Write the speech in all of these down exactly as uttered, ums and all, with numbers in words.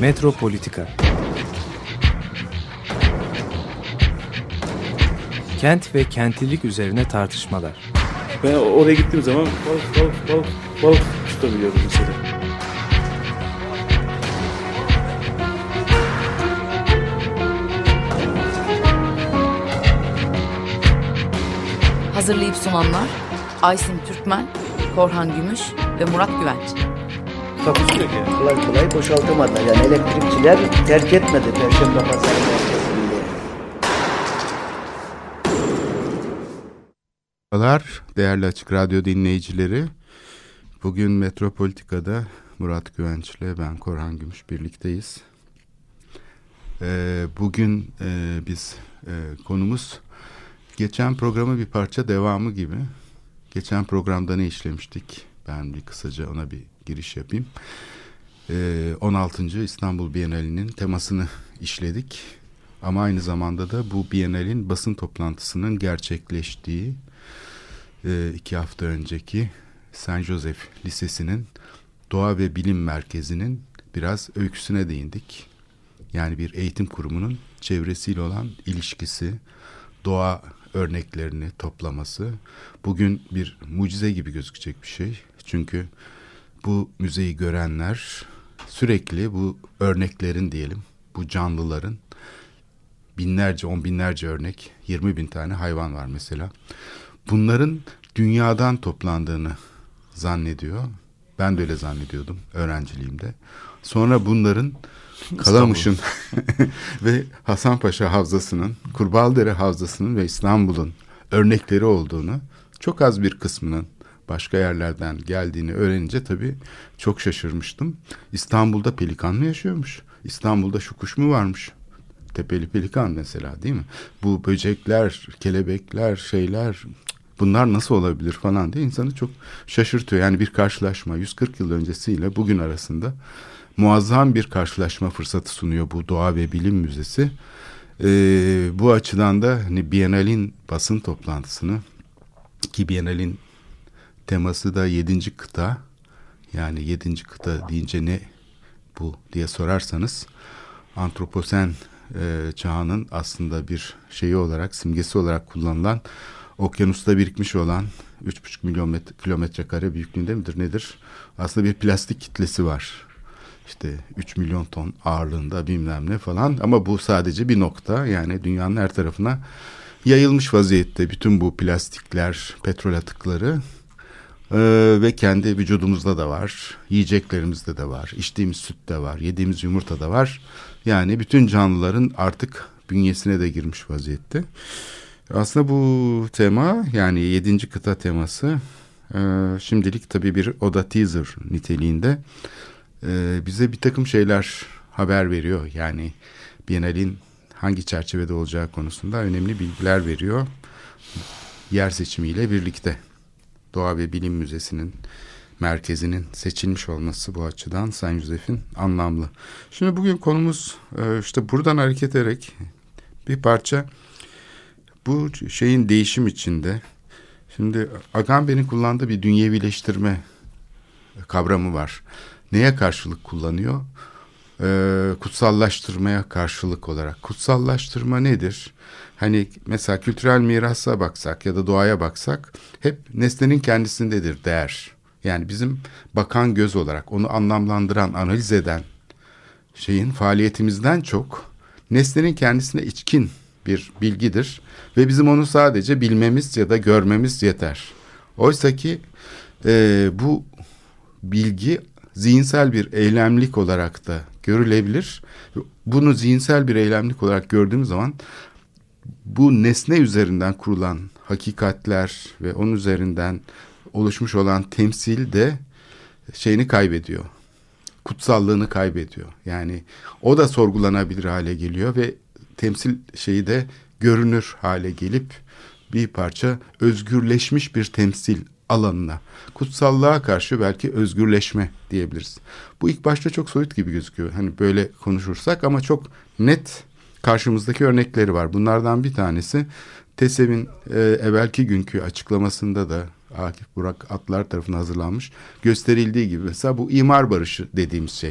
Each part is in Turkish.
Metropolitika. Kent ve kentlilik üzerine tartışmalar. Ben oraya gittiğim zaman balık balık balık balık tutabiliyorum mesela. Hazırlayıp sunanlar Aysin Türkmen, Korhan Gümüş ve Murat Güvenç. Takusuyor ki. Kolay kolay boşaltamadılar. Yani elektrikçiler terk etmedi Perşembe Pazarı merkezinde. Merhabalar değerli Açık Radyo dinleyicileri. Bugün Metropolitika'da Murat Güvenç ile ben Korhan Gümüş birlikteyiz. Ee, bugün e, biz e, konumuz geçen programı bir parça devamı gibi. Geçen programda ne işlemiştik? Ben bir kısaca ona bir giriş yapayım. Ee, on altıncı İstanbul Bienalinin temasını işledik. Ama aynı zamanda da bu Bienalin basın toplantısının gerçekleştiği e, iki hafta önceki Saint Joseph Lisesi'nin Doğa ve Bilim Merkezi'nin biraz öyküsüne değindik. Yani bir eğitim kurumunun çevresiyle olan ilişkisi, doğa örneklerini toplaması bugün bir mucize gibi gözükecek bir şey. Çünkü bu müzeyi görenler sürekli bu örneklerin diyelim, bu canlıların binlerce, on binlerce örnek, yirmi bin tane hayvan var mesela. Bunların dünyadan toplandığını zannediyor. Ben de öyle zannediyordum öğrenciliğimde. Sonra bunların Kalamış'ın ve Hasanpaşa Havzası'nın, Kurbaldere Havzası'nın ve İstanbul'un örnekleri olduğunu, çok az bir kısmının başka yerlerden geldiğini öğrenince tabii çok şaşırmıştım. İstanbul'da pelikan mı yaşıyormuş? İstanbul'da şu kuş mu varmış? Tepeli pelikan mesela, değil mi? Bu böcekler, kelebekler, şeyler, bunlar nasıl olabilir falan diye insanı çok şaşırtıyor. Yani bir karşılaşma yüz kırk yıl öncesiyle bugün arasında muazzam bir karşılaşma fırsatı sunuyor bu Doğa ve Bilim Müzesi. Ee, bu açıdan da hani Bienal'in basın toplantısını, ki Bienal'in teması da yedinci kıta, yani yedinci kıta deyince ne bu diye sorarsanız, antroposen e, çağının aslında bir şeyi olarak, simgesi olarak kullanılan, okyanusta birikmiş olan üç buçuk milyon metre, kilometre kare büyüklüğünde midir nedir? Aslında bir plastik kitlesi var. İşte üç milyon ton ağırlığında bilmem ne falan, ama bu sadece bir nokta. Yani dünyanın her tarafına yayılmış vaziyette bütün bu plastikler, petrol atıkları ee, ve kendi vücudumuzda da var, yiyeceklerimizde de var, içtiğimiz sütte var, yediğimiz yumurta da var. Yani bütün canlıların artık bünyesine de girmiş vaziyette. Aslında bu tema, yani yedinci kıta teması e, şimdilik tabii bir oda teaser niteliğinde. Ee, bize bir takım şeyler haber veriyor. Yani Bienal'in hangi çerçevede olacağı konusunda önemli bilgiler veriyor. Yer seçimiyle birlikte Doğa ve Bilim Müzesi'nin merkezinin seçilmiş olması bu açıdan Saint Joseph'in anlamlı. Şimdi bugün konumuz işte buradan hareket ederek bir parça bu şeyin değişim içinde. Şimdi Agamben'in kullandığı bir dünyevileştirme kavramı var. Neye karşılık kullanıyor? Ee, kutsallaştırmaya karşılık olarak. Kutsallaştırma nedir? Hani mesela kültürel mirasa baksak ya da doğaya baksak, hep nesnenin kendisindedir değer. Yani bizim bakan göz olarak onu anlamlandıran, analiz eden şeyin faaliyetimizden çok nesnenin kendisine içkin bir bilgidir. Ve bizim onu sadece bilmemiz ya da görmemiz yeter. Oysa ki e, bu bilgi zihinsel bir eylemlik olarak da görülebilir. Bunu zihinsel bir eylemlik olarak gördüğümüz zaman bu nesne üzerinden kurulan hakikatler ve onun üzerinden oluşmuş olan temsil de şeyini kaybediyor. Kutsallığını kaybediyor. Yani o da sorgulanabilir hale geliyor ve temsil şeyi de görünür hale gelip bir parça özgürleşmiş bir temsil alanına, kutsallığa karşı belki özgürleşme diyebiliriz. Bu ilk başta çok soyut gibi gözüküyor. Hani böyle konuşursak, ama çok net karşımızdaki örnekleri var. Bunlardan bir tanesi TESEV'in e, evvelki günkü açıklamasında da Akif Burak Atlar tarafından hazırlanmış gösterildiği gibi, mesela bu imar barışı dediğimiz şey.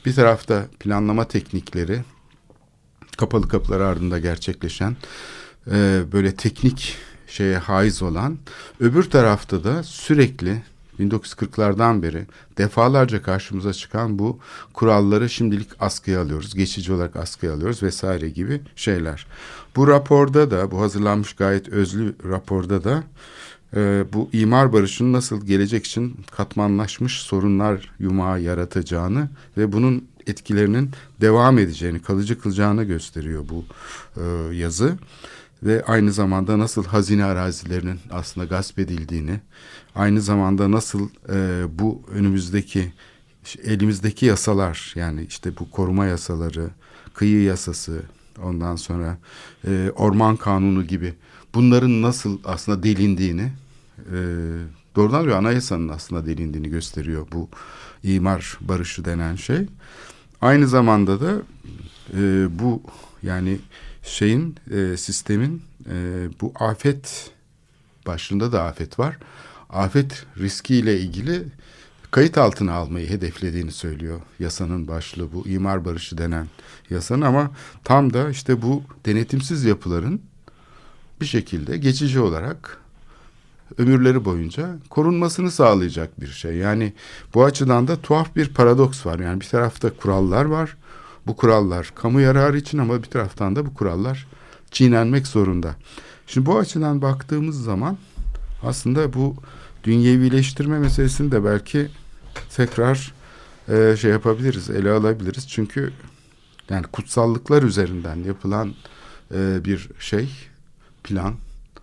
Bir tarafta planlama teknikleri, kapalı kapılar ardında gerçekleşen, e, böyle teknik şeye haiz olan, öbür tarafta da sürekli bin dokuz yüz kırklardan beri defalarca karşımıza çıkan bu kuralları şimdilik askıya alıyoruz, geçici olarak askıya alıyoruz vesaire gibi şeyler. Bu raporda da, bu hazırlanmış gayet özlü raporda da e, bu imar barışının nasıl gelecek için katmanlaşmış sorunlar yumağı yaratacağını ve bunun etkilerinin devam edeceğini, kalıcı kılacağını gösteriyor bu e, yazı. Ve aynı zamanda nasıl hazine arazilerinin aslında gasp edildiğini, aynı zamanda nasıl e, bu önümüzdeki, elimizdeki yasalar, yani işte bu koruma yasaları, kıyı yasası, ondan sonra e, orman kanunu gibi bunların nasıl aslında delindiğini, e, doğrudan doğruya anayasanın aslında delindiğini gösteriyor bu imar barışı denen şey. Aynı zamanda da e, bu yani şeyin e, sistemin e, bu afet başlığında da afet var. Afet riskiyle ilgili kayıt altına almayı hedeflediğini söylüyor yasanın başlığı, bu imar barışı denen yasanın, ama tam da işte bu denetimsiz yapıların bir şekilde geçici olarak ömürleri boyunca korunmasını sağlayacak bir şey. Yani bu açıdan da tuhaf bir paradoks var. Yani bir tarafta kurallar var. Bu kurallar kamu yararı için, ama bir taraftan da bu kurallar çiğnenmek zorunda. Şimdi bu açıdan baktığımız zaman aslında bu dünyevileştirme meselesini de belki tekrar e, şey yapabiliriz, ele alabiliriz. Çünkü yani kutsallıklar üzerinden yapılan e, bir şey, plan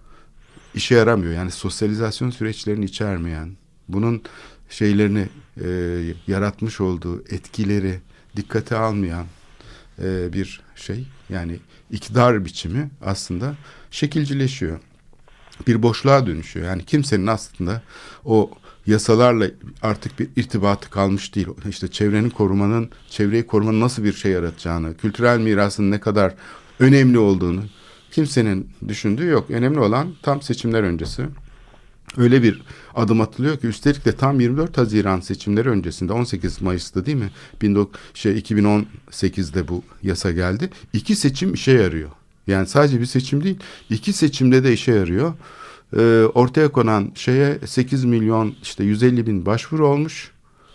işe yaramıyor. Yani sosyalizasyon süreçlerini içermeyen, bunun şeylerini e, yaratmış olduğu etkileri dikkate almayan e, bir şey, yani iktidar biçimi aslında şekilcileşiyor. Bir boşluğa dönüşüyor. Yani kimsenin aslında o yasalarla artık bir irtibatı kalmış değil. İşte çevrenin korumanın, çevreyi korumanın nasıl bir şey yaratacağını, kültürel mirasın ne kadar önemli olduğunu kimsenin düşündüğü yok. Önemli olan tam seçimler öncesi öyle bir adım atılıyor ki, üstelik de tam yirmi dört Haziran seçimleri öncesinde, on sekiz Mayıs'ta değil mi? Şey, iki bin on sekizde bu yasa geldi. İki seçim işe yarıyor. Yani sadece bir seçim değil, iki seçimde de işe yarıyor. Ee, ortaya konan şeye sekiz milyon işte yüz elli bin başvuru olmuş.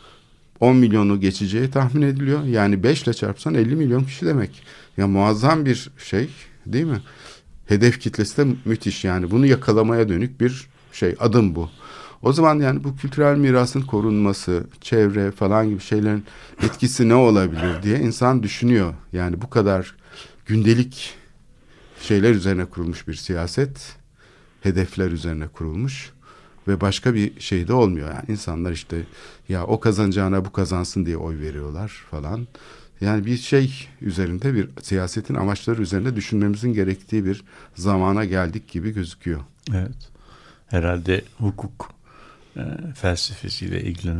on milyonu geçeceği tahmin ediliyor. Yani beş ile çarpsan elli milyon kişi demek. Ya muazzam bir şey değil mi? Hedef kitlesi de müthiş yani. Bunu yakalamaya dönük bir şey, adım bu. O zaman yani bu kültürel mirasın korunması, çevre falan gibi şeylerin etkisi ne olabilir diye insan düşünüyor. Yani bu kadar gündelik şeyler üzerine kurulmuş bir siyaset, hedefler üzerine kurulmuş ve başka bir şey de olmuyor. Yani insanlar işte ya o kazanacağına bu kazansın diye oy veriyorlar falan. Yani bir şey üzerinde, bir siyasetin amaçları üzerinde düşünmemizin gerektiği bir zamana geldik gibi gözüküyor. Evet. Herhalde hukuk e, felsefesiyle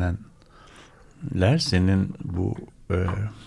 ilgilenenler senin bu e,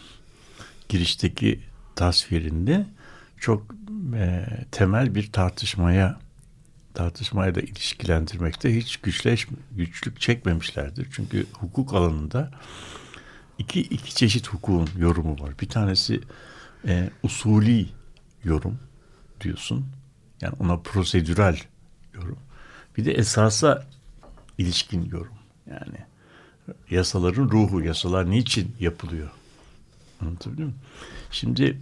girişteki tasvirinde çok e, temel bir tartışmaya tartışmaya da ilişkilendirmekte hiç güçleş, güçlük çekmemişlerdir. Çünkü hukuk alanında iki, iki çeşit hukukun yorumu var. Bir tanesi e, usulî yorum diyorsun. Yani ona prosedürel yorum. Bir de esasa ilişkin yorum. Yani yasaların ruhu, yasalar niçin yapılıyor? Anlatabiliyor muyum? Şimdi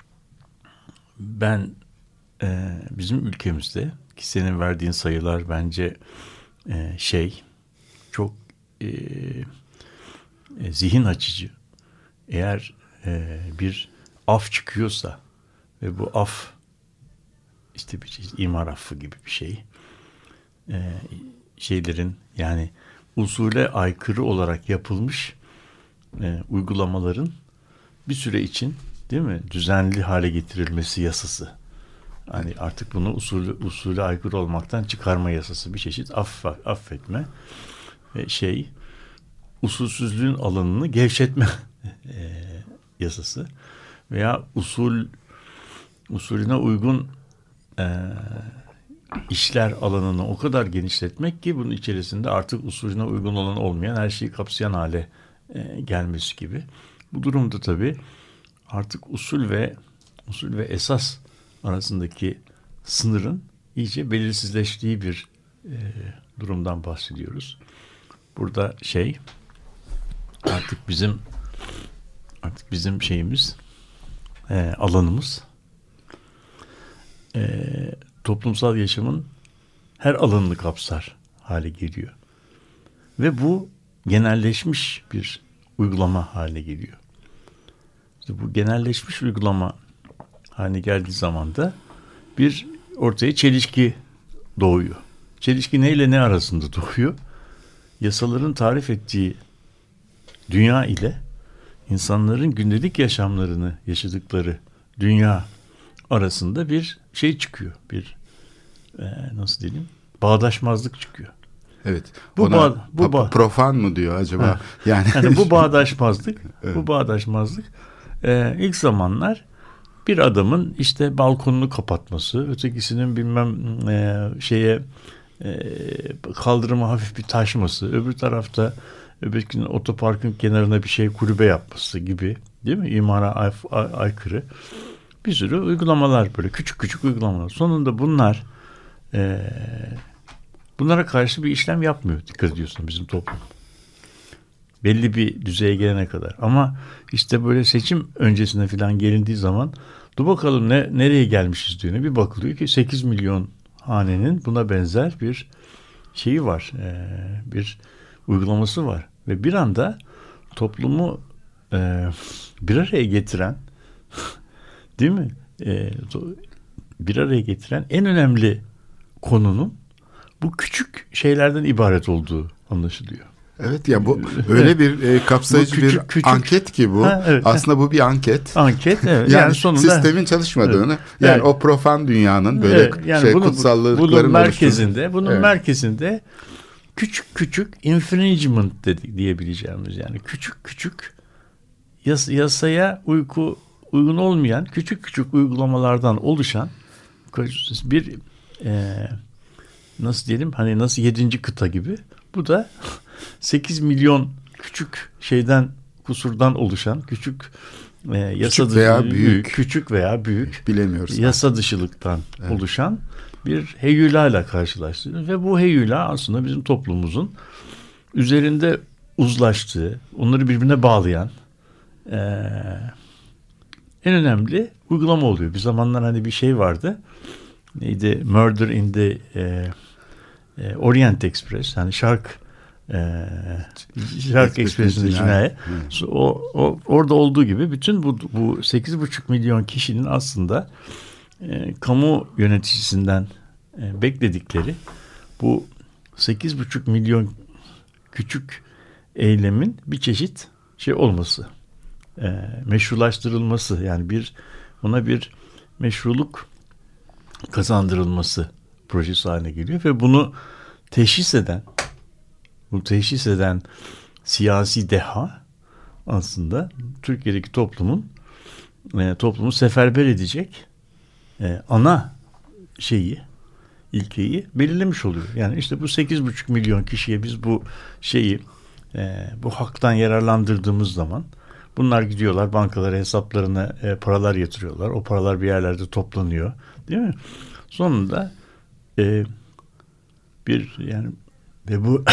ben e, bizim ülkemizde ki senin verdiğin sayılar bence e, şey çok e, e, zihin açıcı. Eğer e, bir af çıkıyorsa ve bu af işte bir çeşit imar affı gibi bir şey, e, şeylerin yani usule aykırı olarak yapılmış e, uygulamaların bir süre için değil mi düzenli hale getirilmesi yasası. Hani artık bunu usulü, usule aykırı olmaktan çıkarma yasası, bir çeşit aff, affetme ve şey usulsüzlüğün alanını gevşetme e, yasası veya usul usulüne uygun e, işler alanını o kadar genişletmek ki bunun içerisinde artık usulüne uygun olan olmayan her şeyi kapsayan hale e, gelmesi gibi. Bu durumda tabii artık usul ve usul ve esas arasındaki sınırın iyice belirsizleştiği bir e, durumdan bahsediyoruz. Burada şey artık bizim artık bizim şeyimiz e, alanımız e, toplumsal yaşamın her alanını kapsar hale geliyor. Ve bu genelleşmiş bir uygulama haline geliyor. İşte bu genelleşmiş uygulama haline geldiği zaman da bir ortaya çelişki doğuyor. Çelişki neyle ne arasında doğuyor? Yasaların tarif ettiği dünya ile insanların gündelik yaşamlarını yaşadıkları dünya arasında bir şey çıkıyor. Bir e, nasıl diyelim? Bağdaşmazlık çıkıyor. Evet. Bu Ona bağ, bu bağ, profan mı diyor acaba? Ha. Yani yani bu bağdaşmazlık, evet. bu bağdaşmazlık e, ilk zamanlar bir adamın işte balkonunu kapatması, ötekisinin bilmem e, şeye e, kaldırıma hafif bir taşması, öbür tarafta öbürkünün otoparkın kenarına bir şey kulübe yapması gibi, değil mi? İmara ay, ay, aykırı bir sürü uygulamalar, böyle küçük küçük uygulamalar. Sonunda bunlar e, bunlara karşı bir işlem yapmıyor, dikkat ediyorsun bizim toplum. Belli bir düzeye gelene kadar. Ama işte böyle seçim öncesine falan gelindiği zaman dur bakalım ne nereye gelmişiz diyor. Bir bakılıyor ki sekiz milyon hanenin buna benzer bir şeyi var. E, bir uygulaması var. Ve bir anda toplumu e, bir araya getiren değil mi? E, bir araya getiren en önemli konunun bu küçük şeylerden ibaret olduğu anlaşılıyor. Evet ya bu öyle bir e, kapsayıcı küçük, bir küçük, anket ki bu. Ha, evet. Aslında bu bir anket. Anket evet. yani, yani sonunda sistemin çalışmadığını, evet. yani evet. o profan dünyanın böyle evet. yani şey bunu, kutsallıkların bunun merkezinde, bunun evet. merkezinde küçük küçük infringement dedik diyebileceğimiz, yani küçük küçük yas, yasaya uyku uygun olmayan küçük küçük uygulamalardan oluşan bir e, nasıl diyelim, hani nasıl yedinci kıta gibi, bu da sekiz milyon küçük şeyden, kusurdan oluşan küçük e, yasa küçük veya dışı, büyük küçük veya büyük bilemiyoruz. Yasa artık. Dışılıktan evet. oluşan bir heyula ile karşılaştırıyoruz ve bu heyula aslında bizim toplumumuzun üzerinde uzlaştığı, onları birbirine bağlayan e, en önemli uygulama oluyor. Bir zamanlar hani bir şey vardı. Neydi? Murder in the e, e, Orient Express. Hani Şark e, Şark Express'in cinayet. O, o orada olduğu gibi bütün bu bu sekiz buçuk milyon kişinin aslında e, kamu yöneticisinden e, bekledikleri bu sekiz buçuk milyon küçük eylemin bir çeşit şey olması, e, meşrulaştırılması, yani bir ona bir meşruluk kazandırılması projesi haline geliyor ve bunu teşhis eden, bunu teşhis eden siyasi deha aslında Türkiye'deki toplumun e, toplumu seferber edecek e, ana şeyi, ilkeyi belirlemiş oluyor. Yani işte bu sekiz buçuk milyon kişiye biz bu şeyi, e, bu haktan yararlandırdığımız zaman bunlar gidiyorlar bankalara, hesaplarına e, paralar yatırıyorlar. O paralar bir yerlerde toplanıyor, değil mi? Sonunda e, bir yani ve bu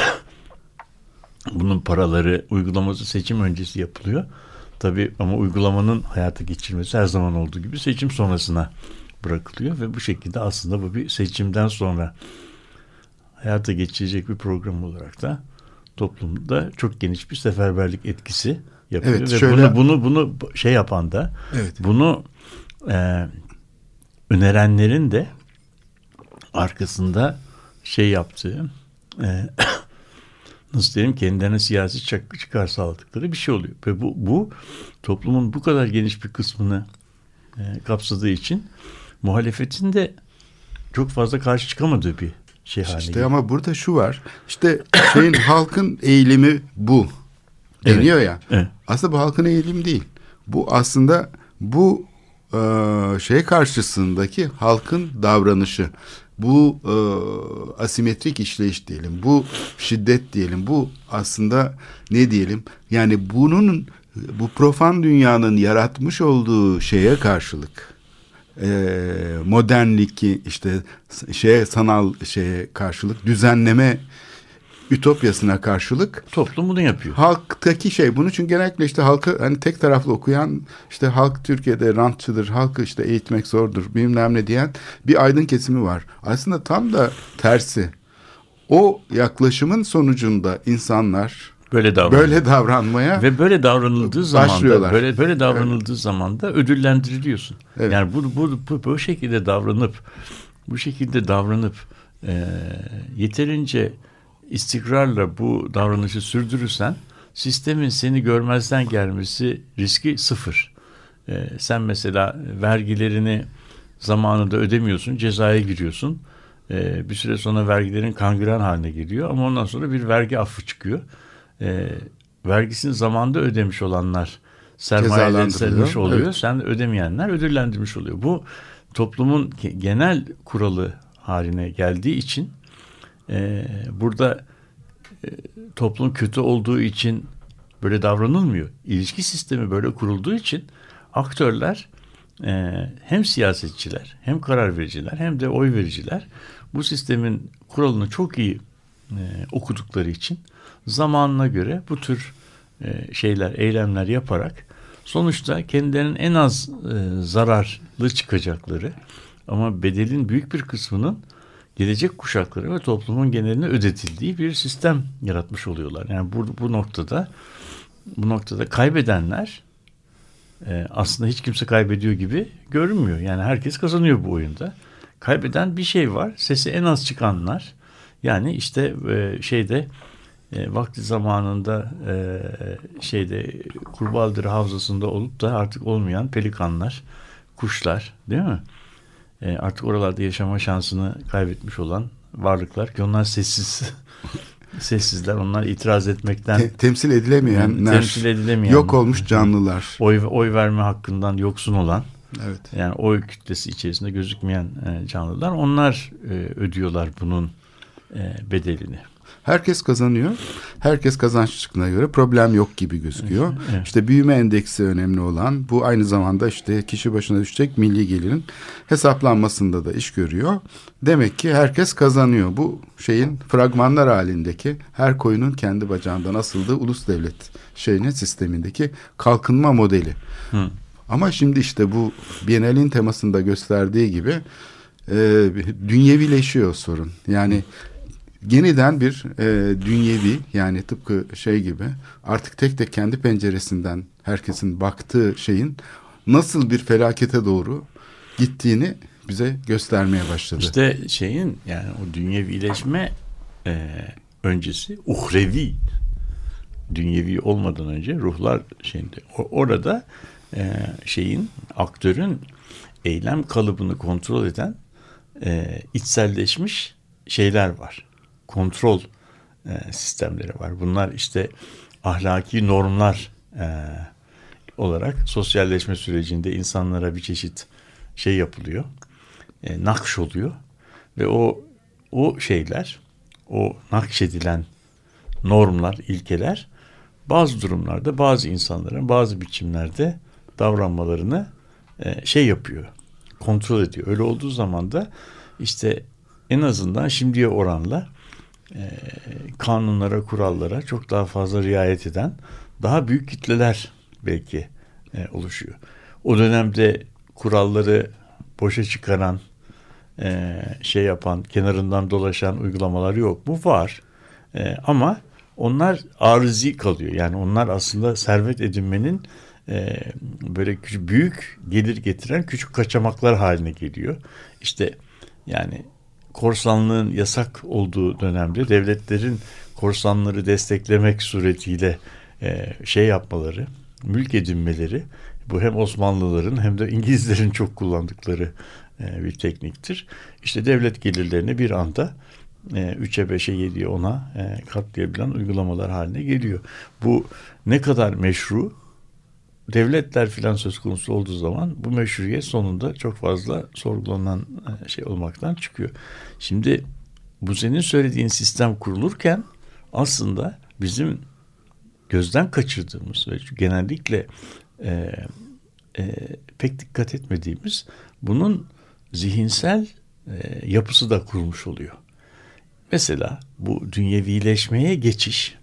bunun paraları, uygulaması seçim öncesi yapılıyor. Tabii ama uygulamanın hayata geçirilmesi her zaman olduğu gibi seçim sonrasına bırakılıyor ve bu şekilde aslında bu bir seçimden sonra hayata geçirecek bir program olarak da toplumda çok geniş bir seferberlik etkisi yapıyor. Evet, ve şöyle... bunu, bunu bunu şey yapan da evet. bunu e, önerenlerin de arkasında şey yaptığı e, nasıl diyeyim, kendilerine siyasi çıkar sağladıkları bir şey oluyor. Ve bu, bu toplumun bu kadar geniş bir kısmını e, kapsadığı için muhalefetin de çok fazla karşı çıkamadığı bir şey haline İşte geliyor. ama burada şu var. İşte şeyin halkın eğilimi bu deniyor evet. ya. Evet. Aslında bu halkın eğilimi değil. Bu aslında bu e, şey karşısındaki halkın davranışı. Bu e, asimetrik işleyiş diyelim. Bu şiddet diyelim. Bu aslında ne diyelim? Yani bunun bu profan dünyanın yaratmış olduğu şeye karşılık, e, modernlik, işte şeye, sanal şeye karşılık, düzenleme ütopyasına karşılık toplum bunu yapıyor. Halktaki şey bunu, çünkü genellikle işte halkı hani tek taraflı okuyan, işte halk Türkiye'de rantçıdır, halkı işte eğitmek zordur bilmem ne diyen bir aydın kesimi var. Aslında tam da tersi. O yaklaşımın sonucunda insanlar böyle, böyle davranmaya ve böyle davranıldığı zaman da böyle böyle davranıldığı evet. zaman da ödüllendiriliyorsun. Evet. Yani bu bu bu bu şekilde davranıp bu şekilde davranıp e, yeterince istikrarla bu davranışı sürdürürsen sistemin seni görmezden gelmesi riski sıfır. Ee, sen mesela vergilerini zamanında ödemiyorsun, cezaya giriyorsun. Ee, bir süre sonra vergilerin kangren haline geliyor ama ondan sonra bir vergi affı çıkıyor. Ee, vergisini zamanında ödemiş olanlar sermayelendirilmiş oluyor. Evet. Sen ödemeyenler ödüllendirmiş oluyor. Bu toplumun genel kuralı haline geldiği için Ee, burada e, toplum kötü olduğu için böyle davranılmıyor. İlişki sistemi böyle kurulduğu için aktörler, e, hem siyasetçiler, hem karar vericiler, hem de oy vericiler bu sistemin kuralını çok iyi e, okudukları için zamanına göre bu tür e, şeyler, eylemler yaparak sonuçta kendilerinin en az e, zararlı çıkacakları ama bedelin büyük bir kısmının gelecek kuşaklara ve toplumun geneline ödetildiği bir sistem yaratmış oluyorlar. Yani bu, bu noktada bu noktada kaybedenler e, aslında hiç kimse kaybediyor gibi görünmüyor. Yani herkes kazanıyor bu oyunda. Kaybeden bir şey var. Sesi en az çıkanlar. Yani işte e, şeyde e, vakti zamanında e, şeyde Kurbaldırı Havzası'nda olup da artık olmayan pelikanlar, kuşlar, değil mi? Artık oralarda yaşama şansını kaybetmiş olan varlıklar ki onlar sessiz sessizler, onlar itiraz etmekten Te- temsil edilemeyenler, temsil edilemeyen, yok olmuş canlılar, oy oy verme hakkından yoksun olan, evet. Yani oy kütlesi içerisinde gözükmeyen canlılar, onlar ödüyorlar bunun bedelini. Herkes kazanıyor. Herkes kazanç çıktığına göre problem yok gibi gözüküyor. Evet. İşte büyüme endeksi önemli olan, bu aynı zamanda işte kişi başına düşecek milli gelirin hesaplanmasında da iş görüyor. Demek ki herkes kazanıyor. Bu şeyin fragmanlar halindeki, her koyunun kendi bacağından asıldığı ulus devlet şeyinin sistemindeki kalkınma modeli. Hı. Ama şimdi işte bu Bienal'in temasında gösterdiği gibi e, dünyevileşiyor sorun. Yani yeniden bir e, dünyevi, yani tıpkı şey gibi, artık tek tek kendi penceresinden herkesin baktığı şeyin nasıl bir felakete doğru gittiğini bize göstermeye başladı. İşte şeyin, yani o dünyevileşme e, öncesi uhrevi, dünyevi olmadan önce ruhlar şeyinde, o, orada e, şeyin, aktörün eylem kalıbını kontrol eden e, içselleşmiş şeyler var. Kontrol e, sistemleri var. Bunlar işte ahlaki normlar e, olarak sosyalleşme sürecinde insanlara bir çeşit şey yapılıyor. E, nakş oluyor. Ve o o şeyler, o nakşedilen normlar, ilkeler bazı durumlarda bazı insanların bazı biçimlerde davranmalarını e, şey yapıyor. Kontrol ediyor. Öyle olduğu zaman da işte en azından şimdiye oranla e, kanunlara, kurallara çok daha fazla riayet eden daha büyük kitleler belki e, oluşuyor. O dönemde kuralları boşa çıkaran, e, şey yapan, kenarından dolaşan uygulamalar yok. Bu var. E, ama onlar arızi kalıyor. Yani onlar aslında servet edinmenin e, böyle küçük, büyük gelir getiren küçük kaçamaklar haline geliyor. İşte yani korsanlığın yasak olduğu dönemde devletlerin korsanları desteklemek suretiyle e, şey yapmaları, mülk edinmeleri, bu hem Osmanlıların hem de İngilizlerin çok kullandıkları e, bir tekniktir. İşte devlet gelirlerini bir anda e, üçe, beşe, yediye, ona e, katlayabilen uygulamalar haline geliyor. Bu ne kadar meşru? Devletler filan söz konusu olduğu zaman bu meşruiyet sonunda çok fazla sorgulanan şey olmaktan çıkıyor. Şimdi bu senin söylediğin sistem kurulurken aslında bizim gözden kaçırdığımız ve genellikle e, e, pek dikkat etmediğimiz bunun zihinsel e, yapısı da kurulmuş oluyor. Mesela bu dünyevileşmeye geçiş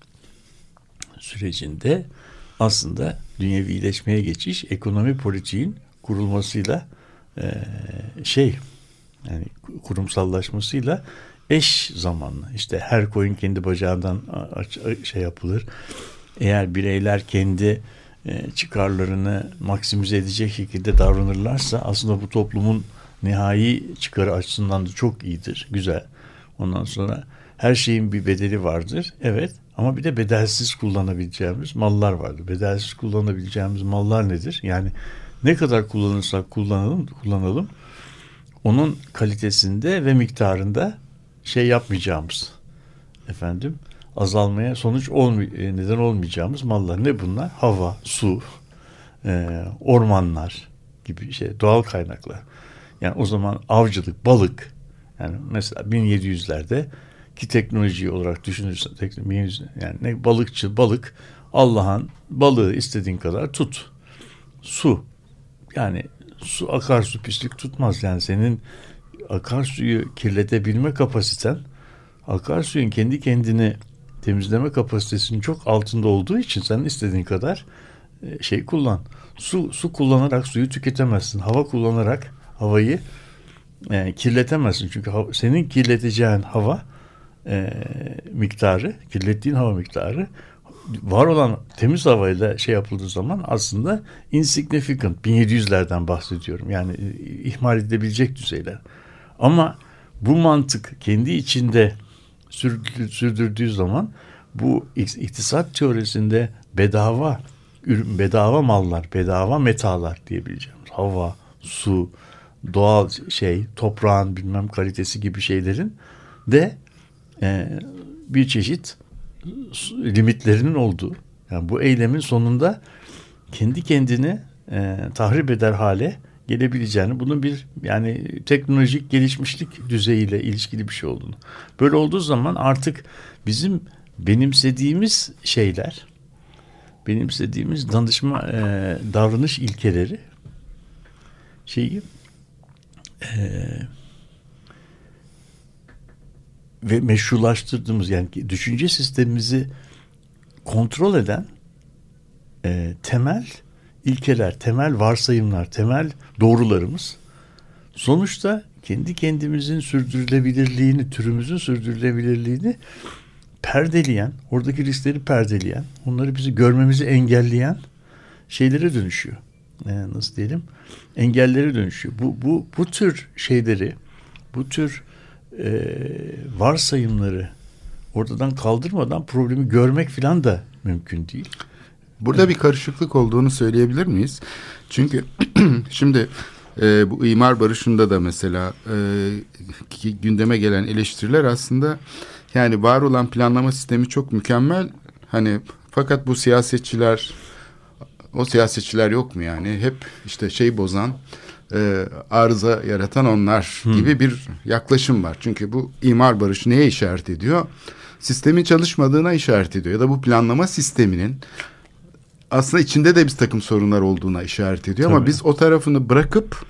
sürecinde aslında dünyevileşmeye geçiş ekonomi politiğin kurulmasıyla e, şey yani kurumsallaşmasıyla eş zamanlı. İşte her koyun kendi bacağından şey yapılır. Eğer bireyler kendi e, çıkarlarını maksimize edecek şekilde davranırlarsa aslında bu toplumun nihai çıkarı açısından da çok iyidir, güzel. Ondan sonra her şeyin bir bedeli vardır. Evet, ama bir de bedelsiz kullanabileceğimiz mallar vardır. Bedelsiz kullanabileceğimiz mallar nedir? Yani ne kadar kullanırsak kullanalım, kullanalım. Onun kalitesinde ve miktarında şey yapmayacağımız, efendim, azalmaya sonuç olmay- neden olmayacağımız mallar. Ne bunlar? Hava, su, e, ormanlar gibi şey, doğal kaynaklar. Yani o zaman avcılık, balık, yani mesela bin yedi yüzlerde ki teknoloji olarak düşünürsen, teknoloji, yani ne balıkçı, balık, Allah'ın balığı istediğin kadar tut. Su, yani su, akarsu pislik tutmaz. Yani senin akarsuyu kirletebilme kapasiten, akarsuyun kendi kendini temizleme kapasitesinin çok altında olduğu için sen istediğin kadar şey kullan. Su, su kullanarak suyu tüketemezsin. Hava kullanarak havayı e, kirletemezsin. Çünkü hava, senin kirleteceğin hava e, miktarı, kirlettiğin hava miktarı var olan temiz havayla şey yapıldığı zaman aslında insignificant. bin yedi yüzlerden bahsediyorum. Yani e, ihmal edilebilecek düzeyler. Ama bu mantık kendi içinde sürdürdüğü, sürdürdüğü zaman bu iktisat teorisinde bedava ürün, bedava mallar, bedava metalar diyebileceğimiz hava, su, doğal şey, toprağın bilmem kalitesi gibi şeylerin de e, bir çeşit limitlerinin olduğu. Yani bu eylemin sonunda kendi kendini e, tahrip eder hale gelebileceğini, bunun bir yani teknolojik gelişmişlik düzeyiyle ilişkili bir şey olduğunu. Böyle olduğu zaman artık bizim benimsediğimiz şeyler, benimsediğimiz danışma e, davranış ilkeleri şeyi e, ve meşrulaştırdığımız, yani düşünce sistemimizi kontrol eden e, temel ilkeler, temel varsayımlar, temel doğrularımız sonuçta kendi kendimizin sürdürülebilirliğini, türümüzün sürdürülebilirliğini perdeleyen, oradaki riskleri perdeleyen, onları bizi görmemizi engelleyen şeylere dönüşüyor. Ee, nasıl diyelim? Engellere dönüşüyor. Bu bu bu tür şeyleri, bu tür e, varsayımları ortadan kaldırmadan problemi görmek falan da mümkün değil. Burada bir karışıklık olduğunu söyleyebilir miyiz? Çünkü şimdi e, bu imar barışında da mesela e, gündeme gelen eleştiriler aslında yani var olan planlama sistemi çok mükemmel. Hani fakat bu siyasetçiler, o siyasetçiler yok mu yani? Hep işte şey bozan, e, arıza yaratan onlar hmm. gibi bir yaklaşım var. Çünkü bu imar barışı neye işaret ediyor? Sistemin çalışmadığına işaret ediyor. Ya da bu planlama sisteminin aslında içinde de bir takım sorunlar olduğuna işaret ediyor. Tabii. Ama biz o tarafını bırakıp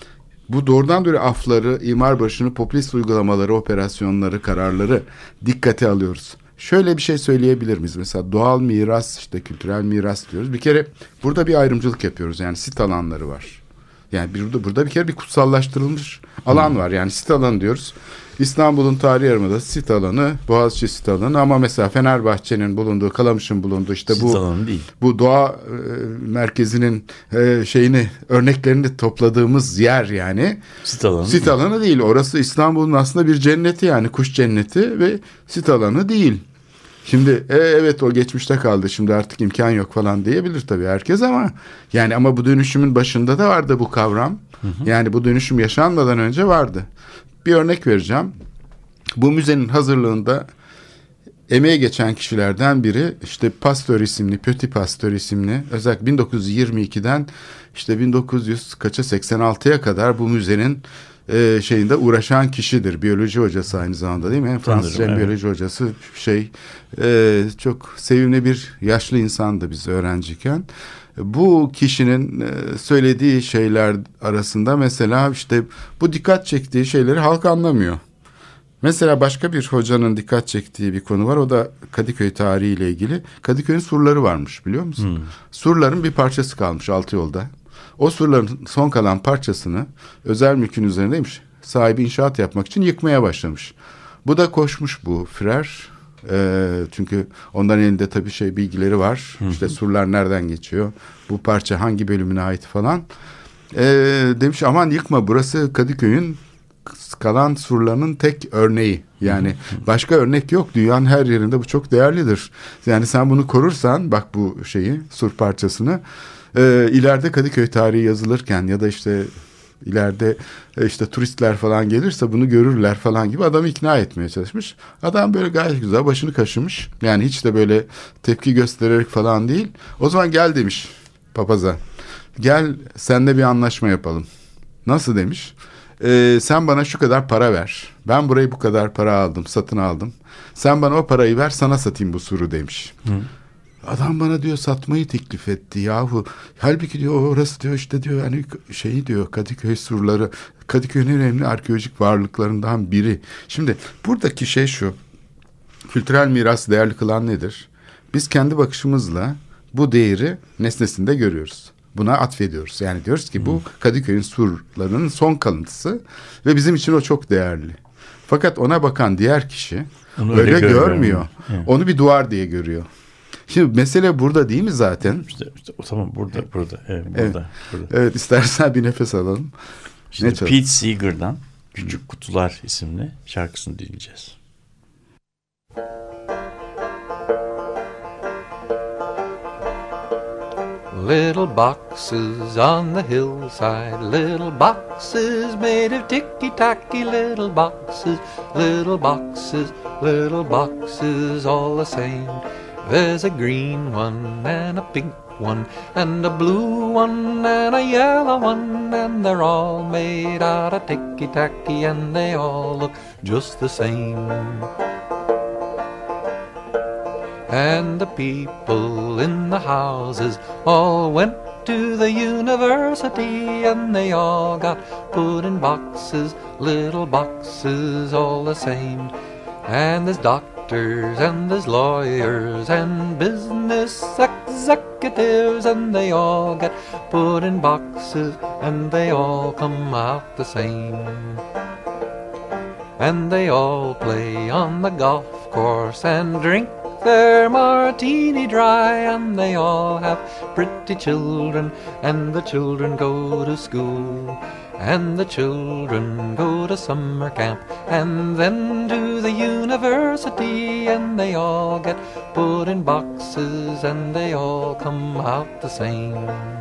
bu doğrudan doğruya afları, imar barışını, popülist uygulamaları, operasyonları, kararları dikkate alıyoruz. Şöyle bir şey söyleyebilir miyiz? Mesela doğal miras, işte kültürel miras diyoruz. Bir kere burada bir ayrımcılık yapıyoruz. Yani sit alanları var. Yani burada, burada bir kere bir kutsallaştırılmış alan hmm. var. Yani sit alanı diyoruz. İstanbul'un tarihi yarımadası sit alanı, Boğaziçi sit alanı, ama mesela Fenerbahçe'nin bulunduğu, Kalamış'ın bulunduğu işte sit bu değil. Bu doğa e, merkezinin e, şeyini, örneklerini topladığımız yer yani sit alanı, sit değil. alanı değil. Orası İstanbul'un aslında bir cenneti, yani kuş cenneti ve sit alanı değil. Şimdi e, evet o geçmişte kaldı, şimdi artık imkan yok falan diyebilir tabii herkes, ama yani ama bu dönüşümün başında da vardı bu kavram. Hı hı. Yani bu dönüşüm yaşanmadan önce vardı. Bir örnek vereceğim. Bu müzenin hazırlığında emeğe geçen kişilerden biri işte Pasteur isimli, Petit Pasteur isimli, özellikle bin dokuz yüz yirmi ikiden işte bin dokuz yüz kaça seksen altıya kadar bu müzenin e, şeyinde uğraşan kişidir. Biyoloji hocası aynı zamanda değil mi? Hem Fransızca hem evet. biyoloji hocası şey e, çok sevimli bir yaşlı insandı biz öğrenciyken. Bu kişinin e, söylediği şeyler arasında mesela işte bu dikkat çektiği şeyleri halk anlamıyor. Mesela başka bir hocanın dikkat çektiği bir konu var. O da Kadıköy tarihiyle ilgili. Kadıköy'ün surları varmış biliyor musun? Hmm. Surların bir parçası kalmış altı yolda. O surların son kalan parçasını özel mülkün üzerindeymiş. Sahibi inşaat yapmak için yıkmaya başlamış. Bu da koşmuş bu Frer. Ee, çünkü onların elinde tabii şey bilgileri var. Hmm. İşte surlar nereden geçiyor? Bu parça hangi bölümüne ait falan. Ee, demiş aman yıkma, burası Kadıköy'ün kalan surlarının tek örneği. Yani başka örnek yok. Dünyanın her yerinde bu çok değerlidir. Yani sen bunu korursan, bak bu şeyi, sur parçasını, e, ileride Kadıköy tarihi yazılırken ya da işte ileride e, işte turistler falan gelirse bunu görürler falan gibi adamı ikna etmeye çalışmış. Adam böyle gayet güzel başını kaşımış. Yani hiç de böyle tepki göstererek falan değil. O zaman gel demiş papaza. Gel seninle bir anlaşma yapalım. Nasıl demiş? Ee, sen bana şu kadar para ver. Ben burayı bu kadar para aldım, satın aldım. Sen bana o parayı ver, sana satayım bu suru demiş. Hı. Adam bana diyor satmayı teklif etti yahu. Halbuki diyor orası diyor işte diyor hani şeyi diyor Kadıköy surları, Kadıköy'ün en önemli arkeolojik varlıklarından biri. Şimdi buradaki şey şu. Kültürel miras değerli kılan nedir? Biz kendi bakışımızla bu değeri nesnesinde görüyoruz. Buna atfediyoruz. Yani diyoruz ki bu Kadıköy'ün surlarının son kalıntısı ve bizim için o çok değerli. Fakat ona bakan diğer kişi onu öyle, öyle görmüyor. Evet. Onu bir duvar diye görüyor. Şimdi mesele burada değil mi zaten? İşte, işte o tamam burada burada evet, burada, evet. burada. Evet, istersen bir nefes alalım. Şimdi Pete Seeger'dan Küçük Kutular isimli şarkısını dinleyeceğiz. Little boxes on the hillside, little boxes made of ticky-tacky, little boxes, little boxes, little boxes all the same. There's a green one and a pink one and a blue one and a yellow one, and they're all made out of ticky-tacky and they all look just the same. And the people in the houses all went to the university, and they all got put in boxes, little boxes all the same. And there's doctors and there's lawyers and business executives, and they all get put in boxes and they all come out the same. And they all play on the golf course and drink their martini dry, and they all have pretty children, and the children go to school, and the children go to summer camp, and then to the university, and they all get put in boxes and they all come out the same.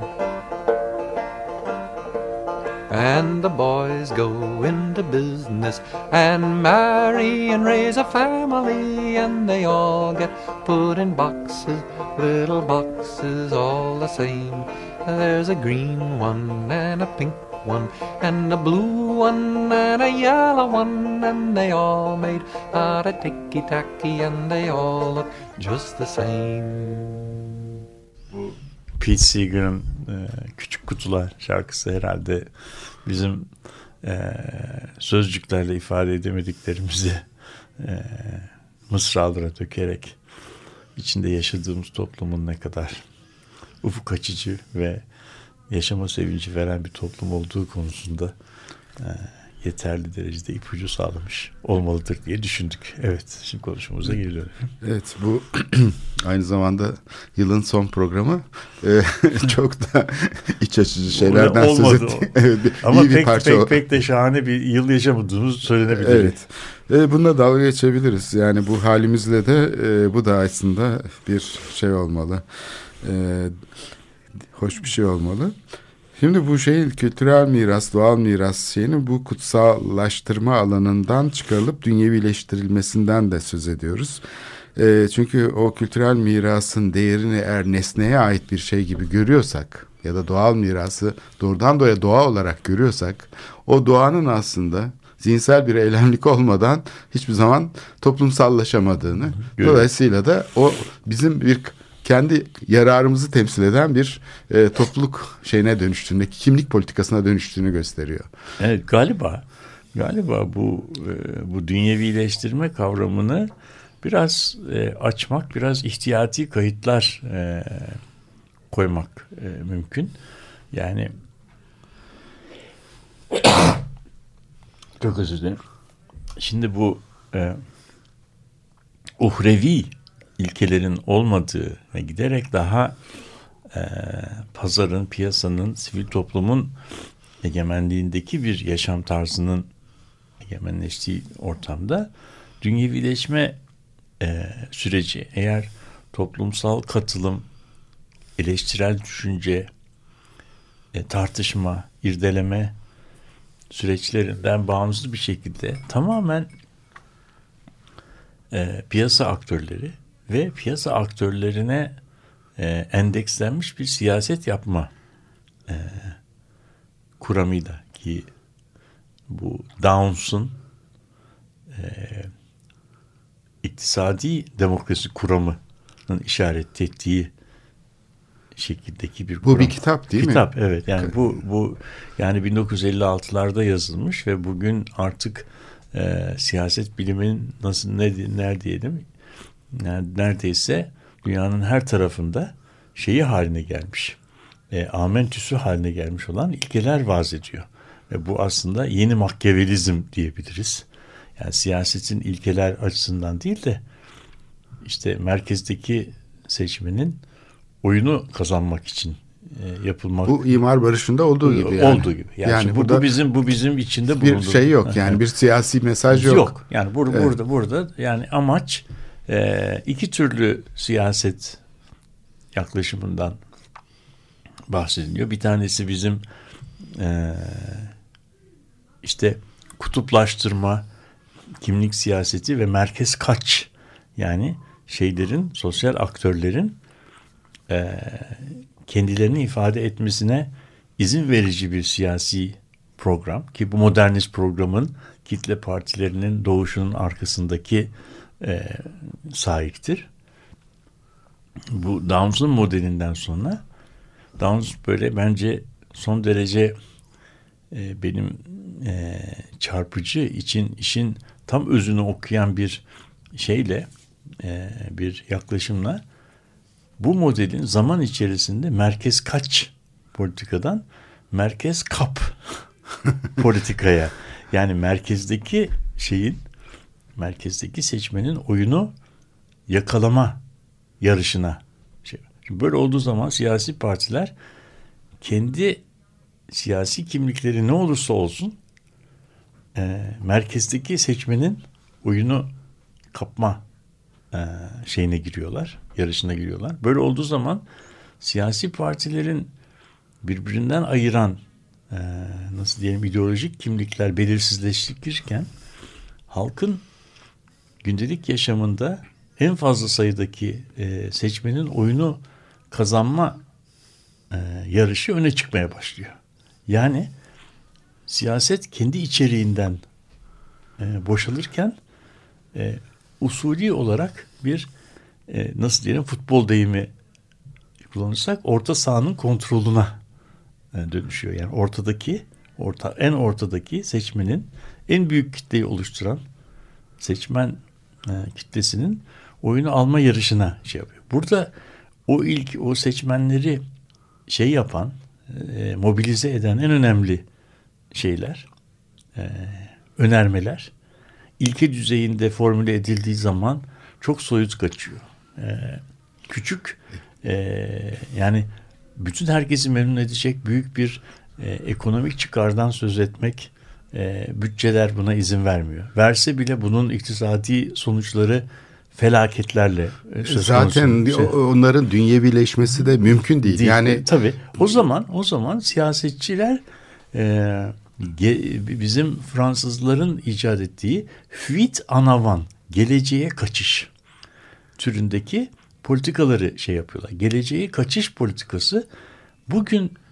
And the boys go into business and marry and raise a family, and they all get put in boxes, little boxes all the same. There's a green one and a pink one and a blue one and a yellow one, and they all made out of ticky-tacky and they all look just the same. Pete Seeger'ın e, Küçük Kutular şarkısı herhalde bizim e, sözcüklerle ifade edemediklerimizi e, mısralara dökerek içinde yaşadığımız toplumun ne kadar ufuk açıcı ve yaşama sevinci veren bir toplum olduğu konusunda e, yeterli derecede ipucu sağlamış olmalıdır diye düşündük. Evet, şimdi konuşmamıza geri dönelim. Evet, bu aynı zamanda yılın son programı. Ee, çok da iç açıcı şeylerden söz ettik. Evet, ama iyi bir pek, parça pek, pek de şahane bir yıl yaşamadığımız söylenebilir. Evet. Ee, bununla dalga geçebiliriz. Yani bu halimizle de e, bu da aslında bir şey olmalı. E, hoş bir şey olmalı. Şimdi bu şey kültürel miras, doğal miras şeyini bu kutsallaştırma alanından çıkarılıp dünyevileştirilmesinden de söz ediyoruz. E, çünkü o kültürel mirasın değerini eğer nesneye ait bir şey gibi görüyorsak, ya da doğal mirası doğrudan doğruya doğa olarak görüyorsak, o doğanın aslında zihinsel bir eylemlik olmadan hiçbir zaman toplumsallaşamadığını, Görüyorum. dolayısıyla da o bizim bir kendi yararımızı temsil eden bir e, topluluk şeyine dönüştüğünde, kimlik politikasına dönüştüğünü gösteriyor. Evet, galiba galiba bu e, bu dünyevileştirme kavramını biraz e, açmak, biraz ihtiyati kayıtlar e, koymak e, mümkün. Yani çok özür dilerim. Şimdi bu e, uhrevi ilkelerin olmadığı ve giderek daha e, pazarın, piyasanın, sivil toplumun egemenliğindeki bir yaşam tarzının egemenleştiği ortamda dünyevileşme e, süreci, eğer toplumsal katılım, eleştirel düşünce, e, tartışma, irdeleme süreçlerinden bağımsız bir şekilde tamamen e, piyasa aktörleri ve piyasa aktörlerine e, endekslenmiş bir siyaset yapma e, kuramıyla, ki bu Downes'un e, iktisadi demokrasi kuramının işaret ettiği şekildeki bir Bu kuram. bir kitap değil kitap, mi? evet. Yani bu bu yani bin dokuz yüz elli altılarda yazılmış ve bugün artık e, siyaset bilimin nasıl ne ner diyelim, yani neredeyse dünyanın her tarafında şeyi haline gelmiş. E, amentüsü haline gelmiş olan ilkeler vaz ediyor. Ve bu aslında yeni Makyavelizm diyebiliriz. Yani siyasetin ilkeler açısından değil de işte merkezdeki seçmenin oyunu kazanmak için e, yapılmak. Bu imar barışında olduğu gibi. Yani. Olduğu gibi. Yani, yani bu, bu bizim bu bizim içinde bir bulunduğumuz şey yok. Yani bir siyasi mesaj yok. Yok. Yani bur- evet. burada burada yani amaç e, iki türlü siyaset yaklaşımından bahsediliyor. Bir tanesi bizim e, işte kutuplaştırma, kimlik siyaseti ve merkez kaç, yani şeylerin, sosyal aktörlerin e, kendilerini ifade etmesine izin verici bir siyasi program, ki bu modernist programın kitle partilerinin doğuşunun arkasındaki e, sahiptir. Bu Downes'un modelinden sonra Downes böyle bence son derece e, benim e, çarpıcı, için işin tam özünü okuyan bir şeyle, e, bir yaklaşımla bu modelin zaman içerisinde merkez kaç politikadan merkez kap politikaya, yani merkezdeki şeyin, merkezdeki seçmenin oyunu yakalama yarışına şey. Şimdi böyle olduğu zaman siyasi partiler kendi siyasi kimlikleri ne olursa olsun e, merkezdeki seçmenin oyunu kapma e, şeyine giriyorlar, yarışına giriyorlar. Böyle olduğu zaman siyasi partilerin birbirinden ayıran e, nasıl diyelim ideolojik kimlikler belirsizleştirirken halkın gündelik yaşamında en fazla sayıdaki e, seçmenin oyunu kazanma e, yarışı öne çıkmaya başlıyor. Yani siyaset kendi içeriğinden e, boşalırken e, usulî olarak bir e, nasıl diyelim futbol deyimi kullanırsak orta sahanın kontrolüne e, dönüşüyor. Yani ortadaki orta en ortadaki seçmenin, en büyük kitleyi oluşturan seçmen e, kitlesinin oyunu alma yarışına şey yapıyor. Burada o ilk o seçmenleri şey yapan, e, mobilize eden en önemli şeyler, e, önermeler ilke düzeyinde formüle edildiği zaman çok soyut kaçıyor. E, küçük e, yani bütün herkesi memnun edecek büyük bir e, ekonomik çıkardan söz etmek, e, bütçeler buna izin vermiyor. Verse bile bunun iktisadi sonuçları felaketlerle söz Zaten konusu. Şey, onların dünyevileşmesi de mümkün değil. değil. Yani tabii. O zaman o zaman siyasetçiler e, ge, bizim Fransızların icat ettiği fuite en avant, geleceğe kaçış türündeki politikaları şey yapıyorlar. Geleceğe kaçış politikası bugün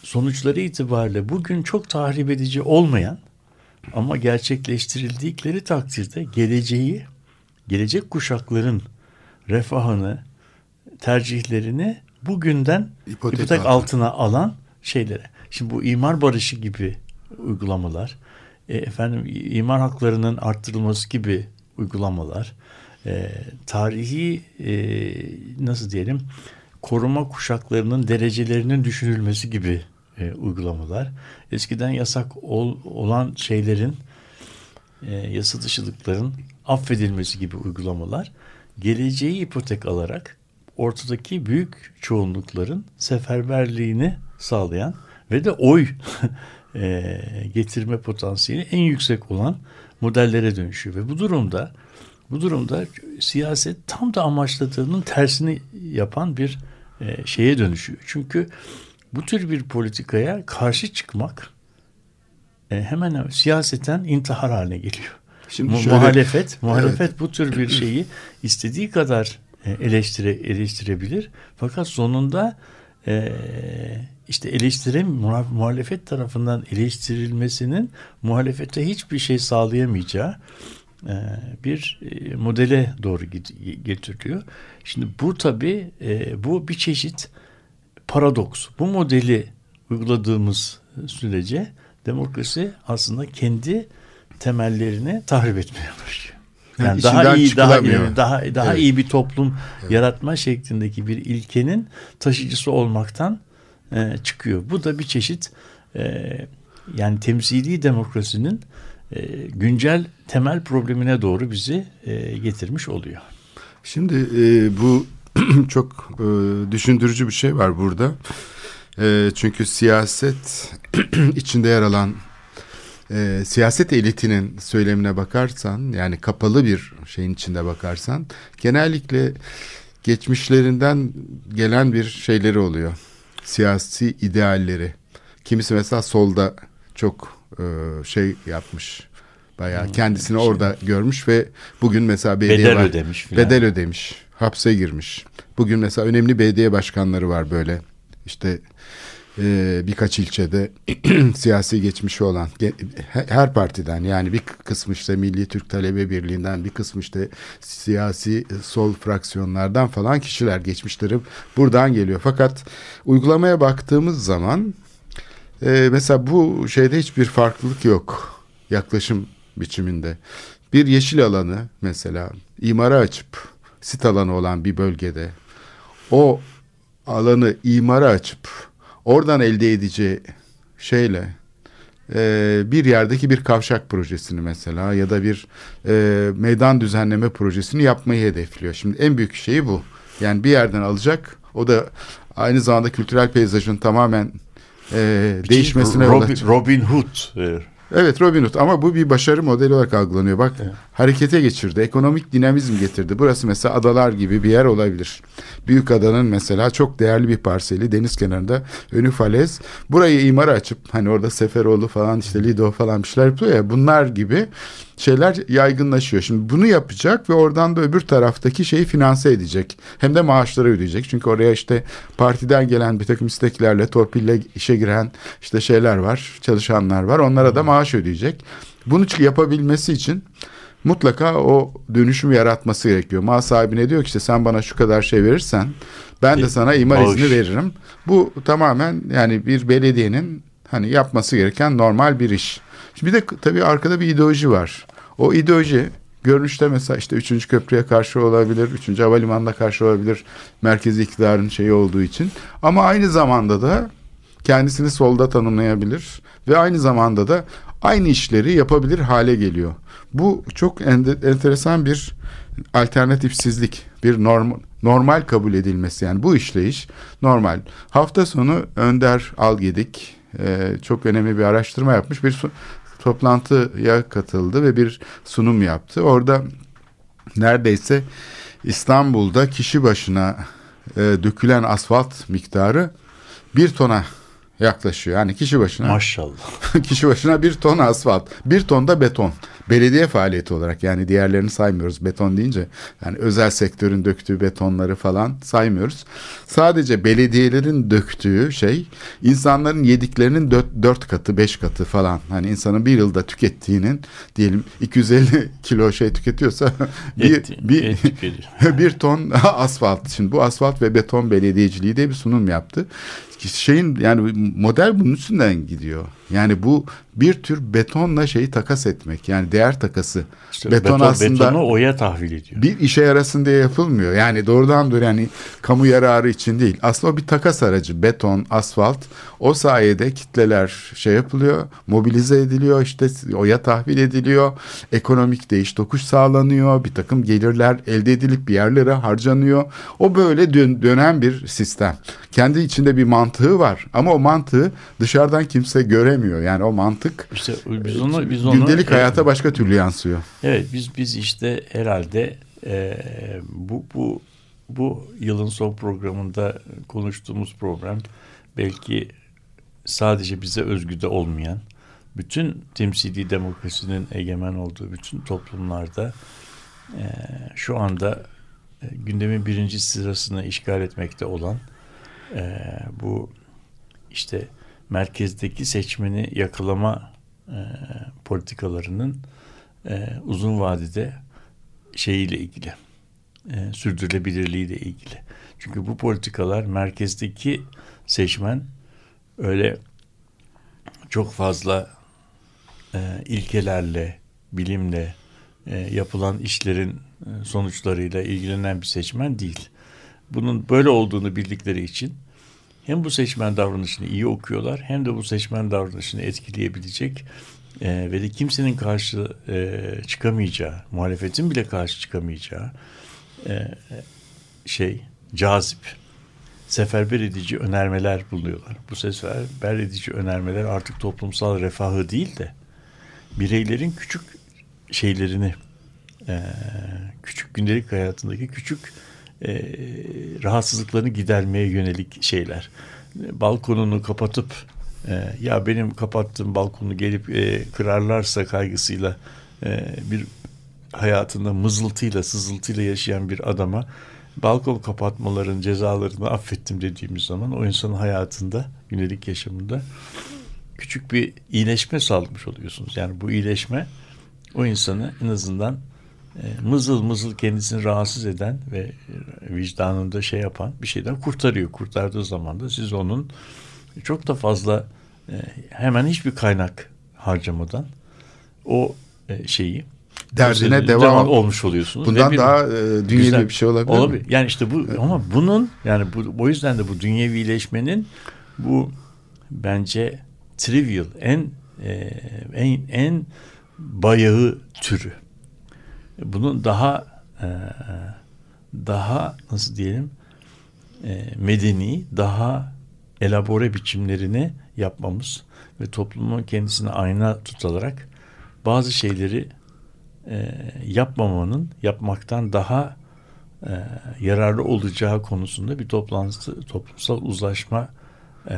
sonuçları itibariyle bugün çok tahrip edici olmayan ama gerçekleştirildikleri takdirde geleceği, gelecek kuşakların refahını, tercihlerini bugünden İpotek ipotek altına. altına alan şeylere. Şimdi bu imar barışı gibi uygulamalar, e, efendim imar haklarının arttırılması gibi uygulamalar, e, tarihi e, nasıl diyelim koruma kuşaklarının derecelerinin düşürülmesi gibi e, uygulamalar, eskiden yasak ol, olan şeylerin, e, yasa dışılıkların affedilmesi gibi uygulamalar, geleceği ipotek alarak ortadaki büyük çoğunlukların seferberliğini sağlayan ve de oy e, getirme potansiyeli en yüksek olan modellere dönüşüyor ve bu durumda bu durumda siyaset tam da amaçladığının tersini yapan bir e, şeye dönüşüyor. Çünkü bu tür bir politikaya karşı çıkmak e, hemen hemen siyaseten intihar haline geliyor. Şimdi Mu- şöyle, muhalefet muhalefet evet. bu tür bir şeyi istediği kadar e, eleştire eleştirebilir. Fakat sonunda e, işte eleştiren muhalefet tarafından eleştirilmesinin muhalefete hiçbir şey sağlayamayacağı e, bir e, modele doğru getiriliyor. Şimdi bu tabii e, bu bir çeşit paradoks. Bu modeli uyguladığımız sürece demokrasi aslında kendi temellerini tahrip etmeye başlıyor. Yani, Yani daha iyi daha iyi, çıkılamıyor. daha daha Evet. iyi bir toplum Evet. yaratma şeklindeki bir ilkenin taşıyıcısı olmaktan e, çıkıyor. Bu da bir çeşit e, yani temsili demokrasinin e, güncel temel problemine doğru bizi e, getirmiş oluyor. Şimdi e, bu çok e, düşündürücü bir şey var burada. E, çünkü siyaset içinde yer alan e, siyaset elitinin söylemine bakarsan, yani kapalı bir şeyin içinde bakarsan, genellikle geçmişlerinden gelen bir şeyleri oluyor. Siyasi idealleri. Kimisi mesela solda çok e, şey yapmış. Bayağı kendisini şey. orada görmüş ve bugün mesela belediye Bedel var- ödemiş filan. bedel ödemiş, hapse girmiş. Bugün mesela önemli belediye başkanları var böyle. İşte e, birkaç ilçede siyasi geçmişi olan ge- he- her partiden, yani bir kısmı işte Milli Türk Talebe Birliği'nden, bir kısmı işte siyasi sol fraksiyonlardan falan kişiler, geçmişleri buradan geliyor. Fakat uygulamaya baktığımız zaman e, mesela bu şeyde hiçbir farklılık yok yaklaşım biçiminde. Bir yeşil alanı mesela imara açıp, sit alanı olan bir bölgede o alanı imara açıp oradan elde edeceği şeyle e, bir yerdeki bir kavşak projesini mesela ya da bir e, meydan düzenleme projesini yapmayı hedefliyor. Şimdi en büyük şeyi bu. Yani bir yerden alacak, o da aynı zamanda kültürel peyzajın tamamen e, değişmesine yol Robin, açacak. Robin Hood. e, Evet, Robin Hood, ama bu bir başarı modeli olarak algılanıyor. Bak, Evet. harekete geçirdi, ekonomik dinamizm getirdi. Burası mesela adalar gibi bir yer olabilir. Büyükada'nın mesela çok değerli bir parseli, deniz kenarında, önü falez. Burayı imara açıp, hani orada Seferoğlu falan, işte Lido falan bir şeyler yapıyor ya, bunlar gibi şeyler yaygınlaşıyor. Şimdi bunu yapacak ve oradan da öbür taraftaki şeyi finanse edecek. Hem de maaşları ödeyecek. Çünkü oraya işte partiden gelen bir takım isteklerle, torpille işe giren işte şeyler var, çalışanlar var. Onlara da maaş ödeyecek. Bunu yapabilmesi için mutlaka o dönüşümü yaratması gerekiyor. Mal sahibine diyor ki işte sen bana şu kadar şey verirsen ben de sana imar Bağış. izni veririm. Bu tamamen yani bir belediyenin hani yapması gereken normal bir iş. Şimdi bir de tabii arkada bir ideoloji var. O ideoloji görünüşte mesela işte üçüncü köprüye karşı olabilir, üçüncü havalimanına karşı olabilir, merkezi iktidarın şeyi olduğu için. Ama aynı zamanda da kendisini solda tanımlayabilir ve aynı zamanda da aynı işleri yapabilir hale geliyor. Bu çok ende, enteresan bir alternatifsizlik, bir norm, normal kabul edilmesi. Yani bu işleyiş normal. Hafta sonu Önder Algedik e, çok önemli bir araştırma yapmış, bir su, toplantıya katıldı ve bir sunum yaptı. Orada neredeyse İstanbul'da kişi başına e, dökülen asfalt miktarı bir tona yaklaşıyor. Yani kişi başına Maşallah. kişi başına bir ton asfalt, bir ton da beton. Belediye faaliyeti olarak, yani diğerlerini saymıyoruz beton deyince. Yani özel sektörün döktüğü betonları falan saymıyoruz. Sadece belediyelerin döktüğü şey insanların yediklerinin dört, dört katı, beş katı falan. Hani insanın bir yılda tükettiğinin diyelim iki yüz elli kilo şey tüketiyorsa bir, Et, bir, et bir ton asfalt. Şimdi bu asfalt ve beton belediyeciliği de bir sunum yaptı. Şeyin yani model bunun üstünden gidiyor. Yani bu bir tür betonla şeyi takas etmek. Yani değer takası. İşte beton, beton aslında betonu oya tahvil ediyor. bir işe yarasın diye yapılmıyor. Yani doğrudan doğru, yani kamu yararı için değil. Aslında o bir takas aracı. Beton, asfalt. O sayede kitleler şey yapılıyor, mobilize ediliyor, işte oya tahvil ediliyor. Ekonomik değiş tokuş sağlanıyor. Bir takım gelirler elde edilip bir yerlere harcanıyor. O böyle dön- dönen bir sistem. Kendi içinde bir mantığı var. Ama o mantığı dışarıdan kimse göremiyor. Yani o mantık İşte biz onu biz onu gündelik hayata başka türlü yansıyor. Evet, biz biz işte herhalde e, bu bu bu yılın son programında konuştuğumuz problem belki sadece bize özgü de olmayan, bütün temsili demokrasinin egemen olduğu bütün toplumlarda e, şu anda e, gündemin birinci sırasını işgal etmekte olan e, bu işte merkezdeki seçmeni yakalama e, politikalarının e, uzun vadede şeyiyle ilgili, e, sürdürülebilirliğiyle ilgili. Çünkü bu politikalar merkezdeki seçmen öyle çok fazla e, ilkelerle, bilimle e, yapılan işlerin e, sonuçlarıyla ilgilenen bir seçmen değil. Bunun böyle olduğunu bildikleri için hem bu seçmen davranışını iyi okuyorlar, hem de bu seçmen davranışını etkileyebilecek e, ve de kimsenin karşı e, çıkamayacağı, muhalefetin bile karşı çıkamayacağı e, şey, cazip, seferber edici önermeler buluyorlar. Bu seferber edici önermeler artık toplumsal refahı değil de bireylerin küçük şeylerini, e, küçük gündelik hayatındaki küçük e, rahatsızlıklarını gidermeye yönelik şeyler. Balkonunu kapatıp e, ya benim kapattığım balkonu gelip e, kırarlarsa kaygısıyla e, bir hayatında mızıltıyla, sızıltıyla yaşayan bir adama balkon kapatmaların cezalarını affettim dediğimiz zaman o insanın hayatında, gündelik yaşamında küçük bir iyileşme sağlamış oluyorsunuz. Yani bu iyileşme o insanı en azından e, mızıl mızıl kendisini rahatsız eden ve vicdanında şey yapan bir şeyden kurtarıyor. Kurtardığı zaman da siz onun çok da fazla e, hemen hiçbir kaynak harcamadan o e, şeyi derdine devam olmuş oluyorsunuz. Bundan bir, daha e, dünyevi güzel, bir şey olabilir, olabilir mi? Yani işte bu, ama bunun yani bu, o yüzden de bu dünyevileşmenin bu bence trivial, en e, en en bayağı türü. Bunun daha e, daha nasıl diyelim e, medeni, daha elabore biçimlerini yapmamız ve toplumun kendisine ayna tutularak bazı şeyleri e, yapmamanın yapmaktan daha e, yararlı olacağı konusunda bir toplantı, toplumsal uzlaşma e,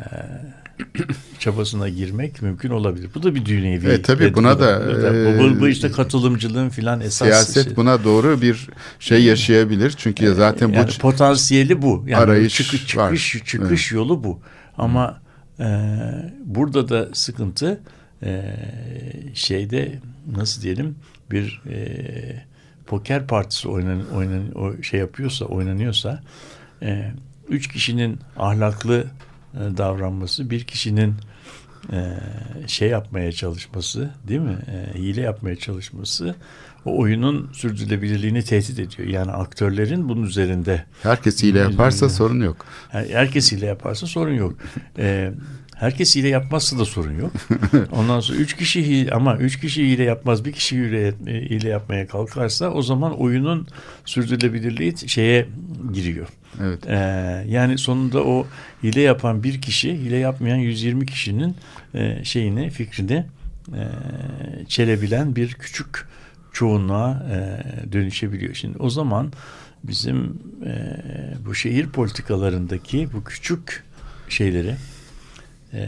çabasına girmek mümkün olabilir. Bu da bir dünyevi. E, tabii buna da e, bu, bu işte katılımcılığın filan esas siyaset şey. Buna doğru bir şey yaşayabilir. Çünkü e, zaten yani bu potansiyeli bu. Yani arayış çıkış çıkış, var. çıkış evet. yolu bu. Ama e, burada da sıkıntı e, şeyde nasıl diyelim bir e, poker partisi oynan, oynan o şey yapıyorsa oynanıyorsa e, üç kişinin ahlaklı e, davranması, bir kişinin e, şey yapmaya çalışması, değil mi? E, hile yapmaya çalışması o oyunun sürdürülebilirliğini tehdit ediyor. Yani aktörlerin bunun üzerinde. Herkes hile yaparsa sorun yok. Herkes hile yaparsa sorun yok. E, herkes hile yapmazsa da sorun yok. Ondan sonra üç kişi hile, ama üç kişi hile yapmaz, bir kişi hile, hile yapmaya kalkarsa o zaman oyunun sürdürülebilirliği şeye giriyor. Evet. Ee, yani sonunda o hile yapan bir kişi, hile yapmayan yüz yirmi kişinin e, şeyini, fikrini e, çelebilen bir küçük çoğunluğa e, dönüşebiliyor. Şimdi o zaman bizim e, bu şehir politikalarındaki bu küçük şeyleri, e,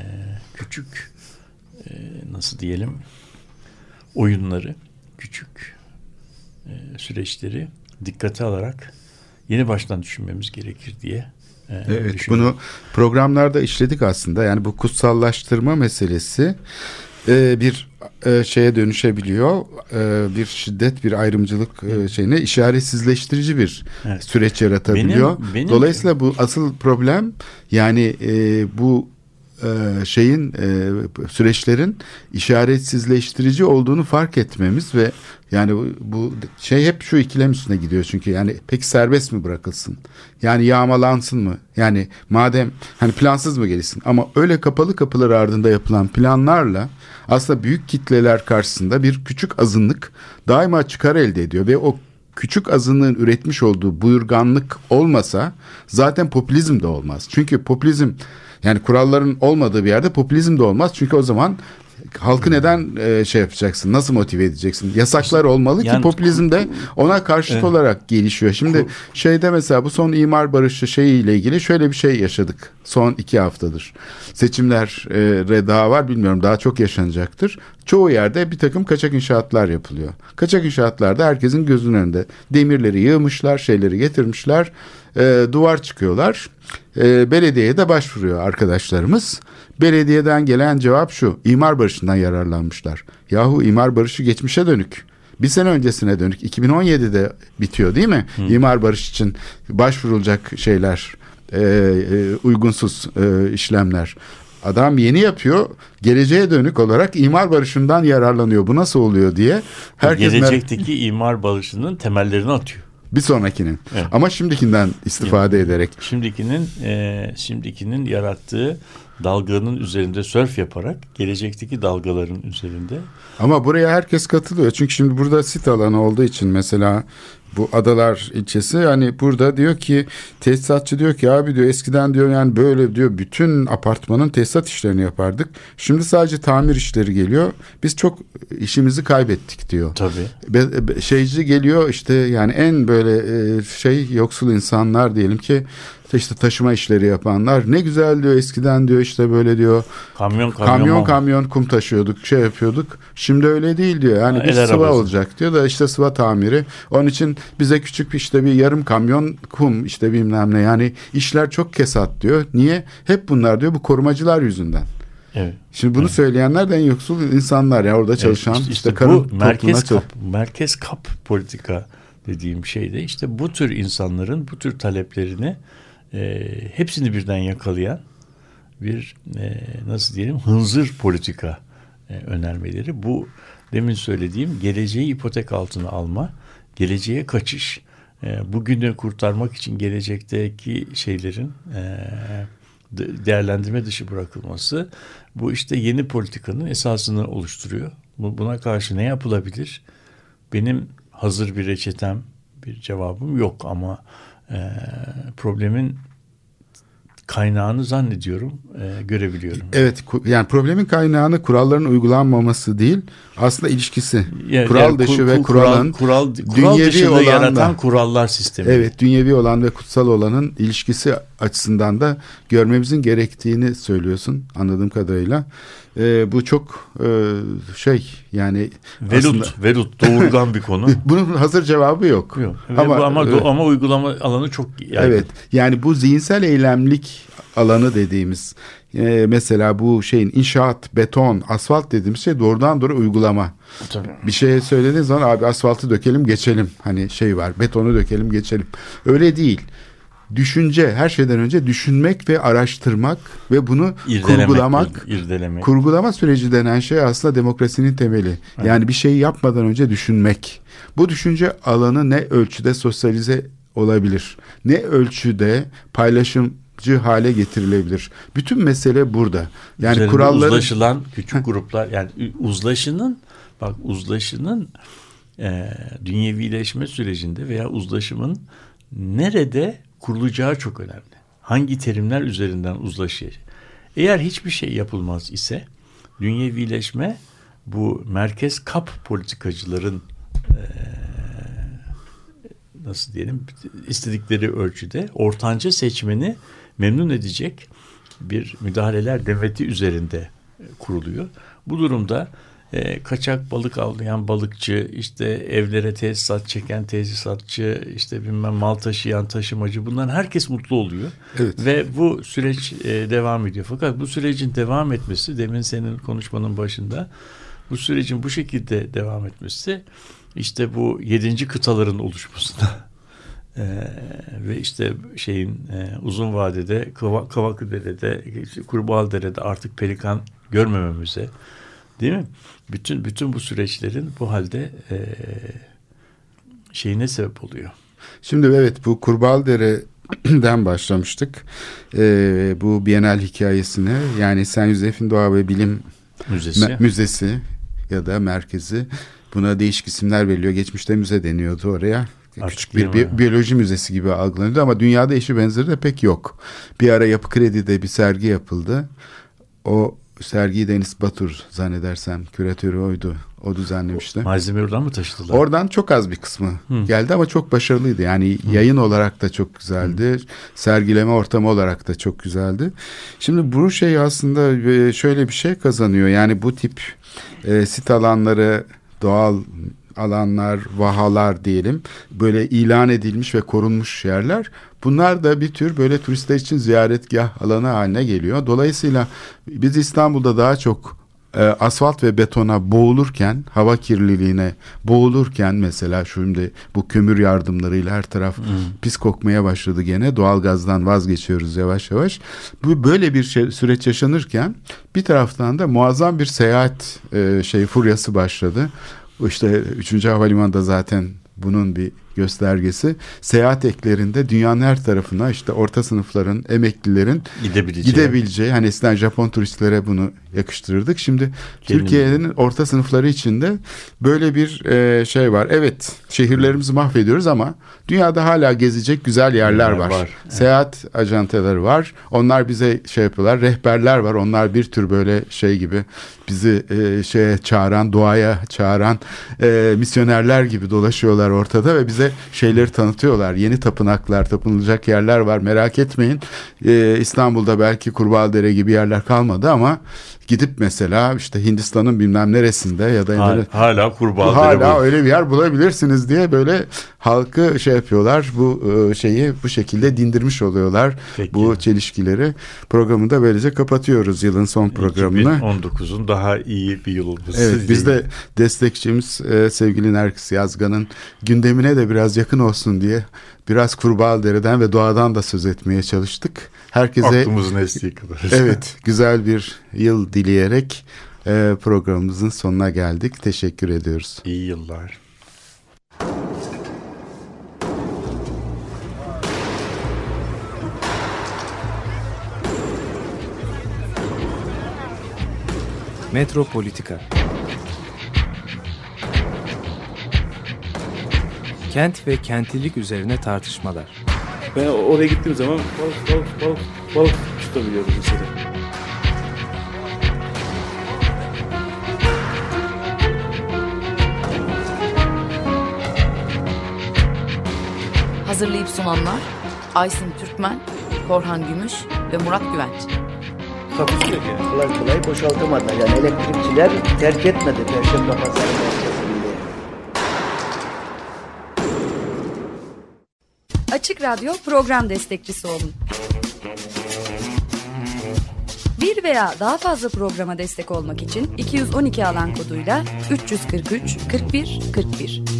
küçük e, nasıl diyelim oyunları, küçük e, süreçleri dikkate alarak yeni baştan düşünmemiz gerekir diye e, Evet, düşünüyorum. bunu programlarda işledik aslında. Yani bu kutsallaştırma meselesi e, bir e, şeye dönüşebiliyor. E, bir şiddet, bir ayrımcılık e, şeyine işaretsizleştirici bir Evet. süreç yaratabiliyor. Benim- benim- Dolayısıyla bu asıl problem yani e, bu e, şeyin e, süreçlerin işaretsizleştirici olduğunu fark etmemiz ve yani bu, bu şey hep şu ikilem üstüne gidiyor çünkü yani peki serbest mi bırakılsın? Yani yağmalansın mı? Yani madem hani plansız mı gelişsin? Ama öyle kapalı kapılar ardında yapılan planlarla aslında büyük kitleler karşısında bir küçük azınlık daima çıkar elde ediyor ve o küçük azınlığın üretmiş olduğu buyurganlık olmasa zaten popülizm de olmaz. Çünkü popülizm yani kuralların olmadığı bir yerde popülizm de olmaz. Çünkü o zaman halkı neden e, şey yapacaksın? Nasıl motive edeceksin? Yasaklar olmalı Yani- ki popülizm de ona karşıt Evet. olarak gelişiyor. Şimdi şeyde mesela bu son imar barışı şeyiyle ilgili şöyle bir şey yaşadık. Son iki haftadır. Seçimler e, daha var bilmiyorum daha çok yaşanacaktır. Çoğu yerde bir takım kaçak inşaatlar yapılıyor. Kaçak inşaatlarda herkesin gözünün önünde. Demirleri yığmışlar, şeyleri getirmişler. E, duvar çıkıyorlar. E, belediyeye de başvuruyor arkadaşlarımız. Belediyeden gelen cevap şu. İmar barışından yararlanmışlar. Yahu imar barışı geçmişe dönük. Bir sene öncesine dönük. iki bin on yedide bitiyor değil mi? Hı. İmar barış için başvurulacak şeyler, e, e, uygunsuz e, işlemler. Adam yeni yapıyor. Geleceğe dönük olarak imar barışından yararlanıyor. Bu nasıl oluyor diye. Herkes Gelecekteki mer- imar barışının temellerini atıyor. Bir sonrakinin. Evet. Ama şimdikinden istifade evet. ederek. Şimdikinin e, şimdikinin yarattığı dalganın üzerinde sörf yaparak gelecekteki dalgaların üzerinde. Ama buraya herkes katılıyor. Çünkü şimdi burada sit alanı olduğu için mesela bu Adalar ilçesi hani burada diyor ki tesisatçı diyor ki abi diyor eskiden diyor yani böyle diyor bütün apartmanın tesisat işlerini yapardık. Şimdi sadece tamir işleri geliyor. Biz çok işimizi kaybettik diyor. Tabii. Be, be, şeyci geliyor işte yani en böyle e, şey yoksul insanlar diyelim ki işte taşıma işleri yapanlar ne güzel diyor eskiden diyor işte böyle diyor kamyon kamyon kamyon, kamyon kum taşıyorduk şey yapıyorduk şimdi öyle değil diyor yani bir El sıva arabası. olacak diyor da işte sıva tamiri onun için bize küçük işte bir yarım kamyon kum işte bilmem ne yani işler çok kesat diyor niye hep bunlar diyor bu korumacılar yüzünden. Evet. Şimdi bunu evet. söyleyenler de en yoksul insanlar ya orada çalışan evet, işte, işte, işte karın bu merkez kap, merkez kap politika dediğim şeyde işte bu tür insanların bu tür taleplerini e, hepsini birden yakalayan bir e, nasıl diyelim hınzır politika e, önermeleri. Bu demin söylediğim geleceği ipotek altına alma, geleceğe kaçış, e, bugünü kurtarmak için gelecekteki şeylerin e, değerlendirme dışı bırakılması bu işte yeni politikanın esasını oluşturuyor. Bu, buna karşı ne yapılabilir? Benim hazır bir reçetem, bir cevabım yok ama e, problemin kaynağını zannediyorum e, görebiliyorum. Evet yani problemin kaynağını kuralların uygulanmaması değil aslında ilişkisi. Yani, kural yani, dışı kur, ve kuralın kural, kural, kural dışında yaratan da, kurallar sistemi. Evet dünyevi olan ve kutsal olanın ilişkisi açısından da görmemizin gerektiğini söylüyorsun anladığım kadarıyla. Ee, bu çok e, şey yani velut, aslında... velut doğurgan bir konu. Bunun hazır cevabı yok. Yok. Ama ama, e, ama uygulama alanı çok yaygın. Evet. Yani bu zihinsel eylemlik alanı dediğimiz e, mesela bu şeyin inşaat, beton, asfalt dediğimiz şey doğrudan doğru uygulama. Tabii. Bir şey söylediğin zaman abi asfaltı dökelim geçelim. Hani şey var betonu dökelim geçelim. Öyle değil. Düşünce her şeyden önce düşünmek ve araştırmak ve bunu irdelemek, kurgulamak. irdelemek. Kurgulama süreci denen şey aslında demokrasinin temeli. Evet. Yani bir şeyi yapmadan önce düşünmek. Bu düşünce alanı ne ölçüde sosyalize olabilir? Ne ölçüde paylaşımcı hale getirilebilir? Bütün mesele burada. Yani üzerinde kuralları uzlaşılan küçük gruplar yani uzlaşının bak uzlaşının e, dünyevileşme sürecinde veya uzlaşımın nerede kurulacağı çok önemli. Hangi terimler üzerinden uzlaşıyor? Eğer hiçbir şey yapılmaz ise dünyevileşme bu merkez kap politikacıların e, nasıl diyelim istedikleri ölçüde ortanca seçmeni memnun edecek bir müdahaleler devleti üzerinde kuruluyor. Bu durumda e, kaçak balık avlayan balıkçı, işte evlere tesisat çeken tesisatçı, işte bilmem mal taşıyan taşımacı, bunların herkes mutlu oluyor. Evet. Ve bu süreç e, devam ediyor. Fakat bu sürecin devam etmesi, demin senin konuşmanın başında, bu sürecin bu şekilde devam etmesi işte bu yedinci kıtaların oluşmasına Ee, ve işte şeyin e, uzun vadede Kava, Kavaklıdere'de, Kurbağalıdere'de artık pelikan görmememize, değil mi? Bütün bütün bu süreçlerin bu halde e, şeyine sebep oluyor. Şimdi evet, bu Kurbağalıdere'den başlamıştık. Ee, bu Bienal hikayesine, yani Saint-Joseph'in Doğa ve Bilim Müzesi. Me- Müzesi ya da merkezi, buna değişik isimler veriliyor. Geçmişte müze deniyordu oraya. Küçük bir bi- biyoloji müzesi gibi algılanıyordu ama dünyada eşi benzeri de pek yok. Bir ara Yapı Kredi'de bir sergi yapıldı. O sergiyi Deniz Batur zannedersem küratörü oydu. O düzenlemişti. Malzeme oradan mı taşıdılar? Oradan çok az bir kısmı Hı. geldi ama çok başarılıydı. Yani Hı. yayın olarak da çok güzeldi. Hı. Sergileme ortamı olarak da çok güzeldi. Şimdi bu şey aslında şöyle bir şey kazanıyor. Yani bu tip e, sit alanları, doğal alanlar, vahalar diyelim, böyle ilan edilmiş ve korunmuş yerler. Bunlar da bir tür böyle turistler için ziyaretgah alanı haline geliyor. Dolayısıyla biz İstanbul'da daha çok e, asfalt ve betona boğulurken, hava kirliliğine boğulurken, mesela şimdi bu kömür yardımlarıyla her taraf hmm. pis kokmaya başladı gene. Doğalgazdan vazgeçiyoruz yavaş yavaş. Bu böyle bir şey, süreç yaşanırken bir taraftan da muazzam bir seyahat e, şey furyası başladı. İşte üçüncü Havalimanı'nda zaten bunun bir göstergesi. Seyahat eklerinde dünyanın her tarafına işte orta sınıfların, emeklilerin gidebileceği, gidebileceği hani eskiden Japon turistlere bunu yakıştırırdık. Şimdi Kendine. Türkiye'nin orta sınıfları içinde böyle bir e, şey var. Evet, şehirlerimizi mahvediyoruz ama dünyada hala gezecek güzel yerler var. var. Seyahat evet. ajantaları var. Onlar bize şey yapıyorlar. Rehberler var. Onlar bir tür böyle şey gibi bizi e, şeye çağıran, doğaya çağıran e, misyonerler gibi dolaşıyorlar ortada ve bize şeyleri tanıtıyorlar. Yeni tapınaklar, tapınılacak yerler var. Merak etmeyin. Ee, İstanbul'da belki Kurbağalıdere gibi yerler kalmadı ama gidip mesela işte Hindistan'ın bilmem neresinde ya da hala, hala Kurbağalıdere hala bu. öyle bir yer bulabilirsiniz diye böyle halkı şey yapıyorlar. Bu şeyi bu şekilde dindirmiş oluyorlar. Peki. Bu çelişkileri. Programı da böylece kapatıyoruz, yılın son programını. iki bin on dokuzun daha iyi bir yıl oldu. Evet, biz de destekçimiz e, sevgili Nergis Yazgan'ın gündemine de biraz yakın olsun diye biraz Kurbağalıdere'den ve doğadan da söz etmeye çalıştık. Herkese aklımızın estiği kadar. Evet, güzel bir yıl dileyerek e, programımızın sonuna geldik. Teşekkür ediyoruz. İyi yıllar. Metropolitika. Kent ve kentlilik üzerine tartışmalar. Ben oraya gittiğim zaman balık balık balık balık tutabiliyorum mesela. Hazırlayıp sunanlar Aysin Türkmen, Korhan Gümüş ve Murat Güvenç. Takusu yok yani. Kolay kolay boşaltamadılar. Yani elektrikçiler terk etmedi Perşembe Pazarı merkezinde. Açık Radyo program destekçisi olun. Bir veya daha fazla programa destek olmak için iki yüz on iki alan koduyla üç yüz kırk üç kırk bir kırk bir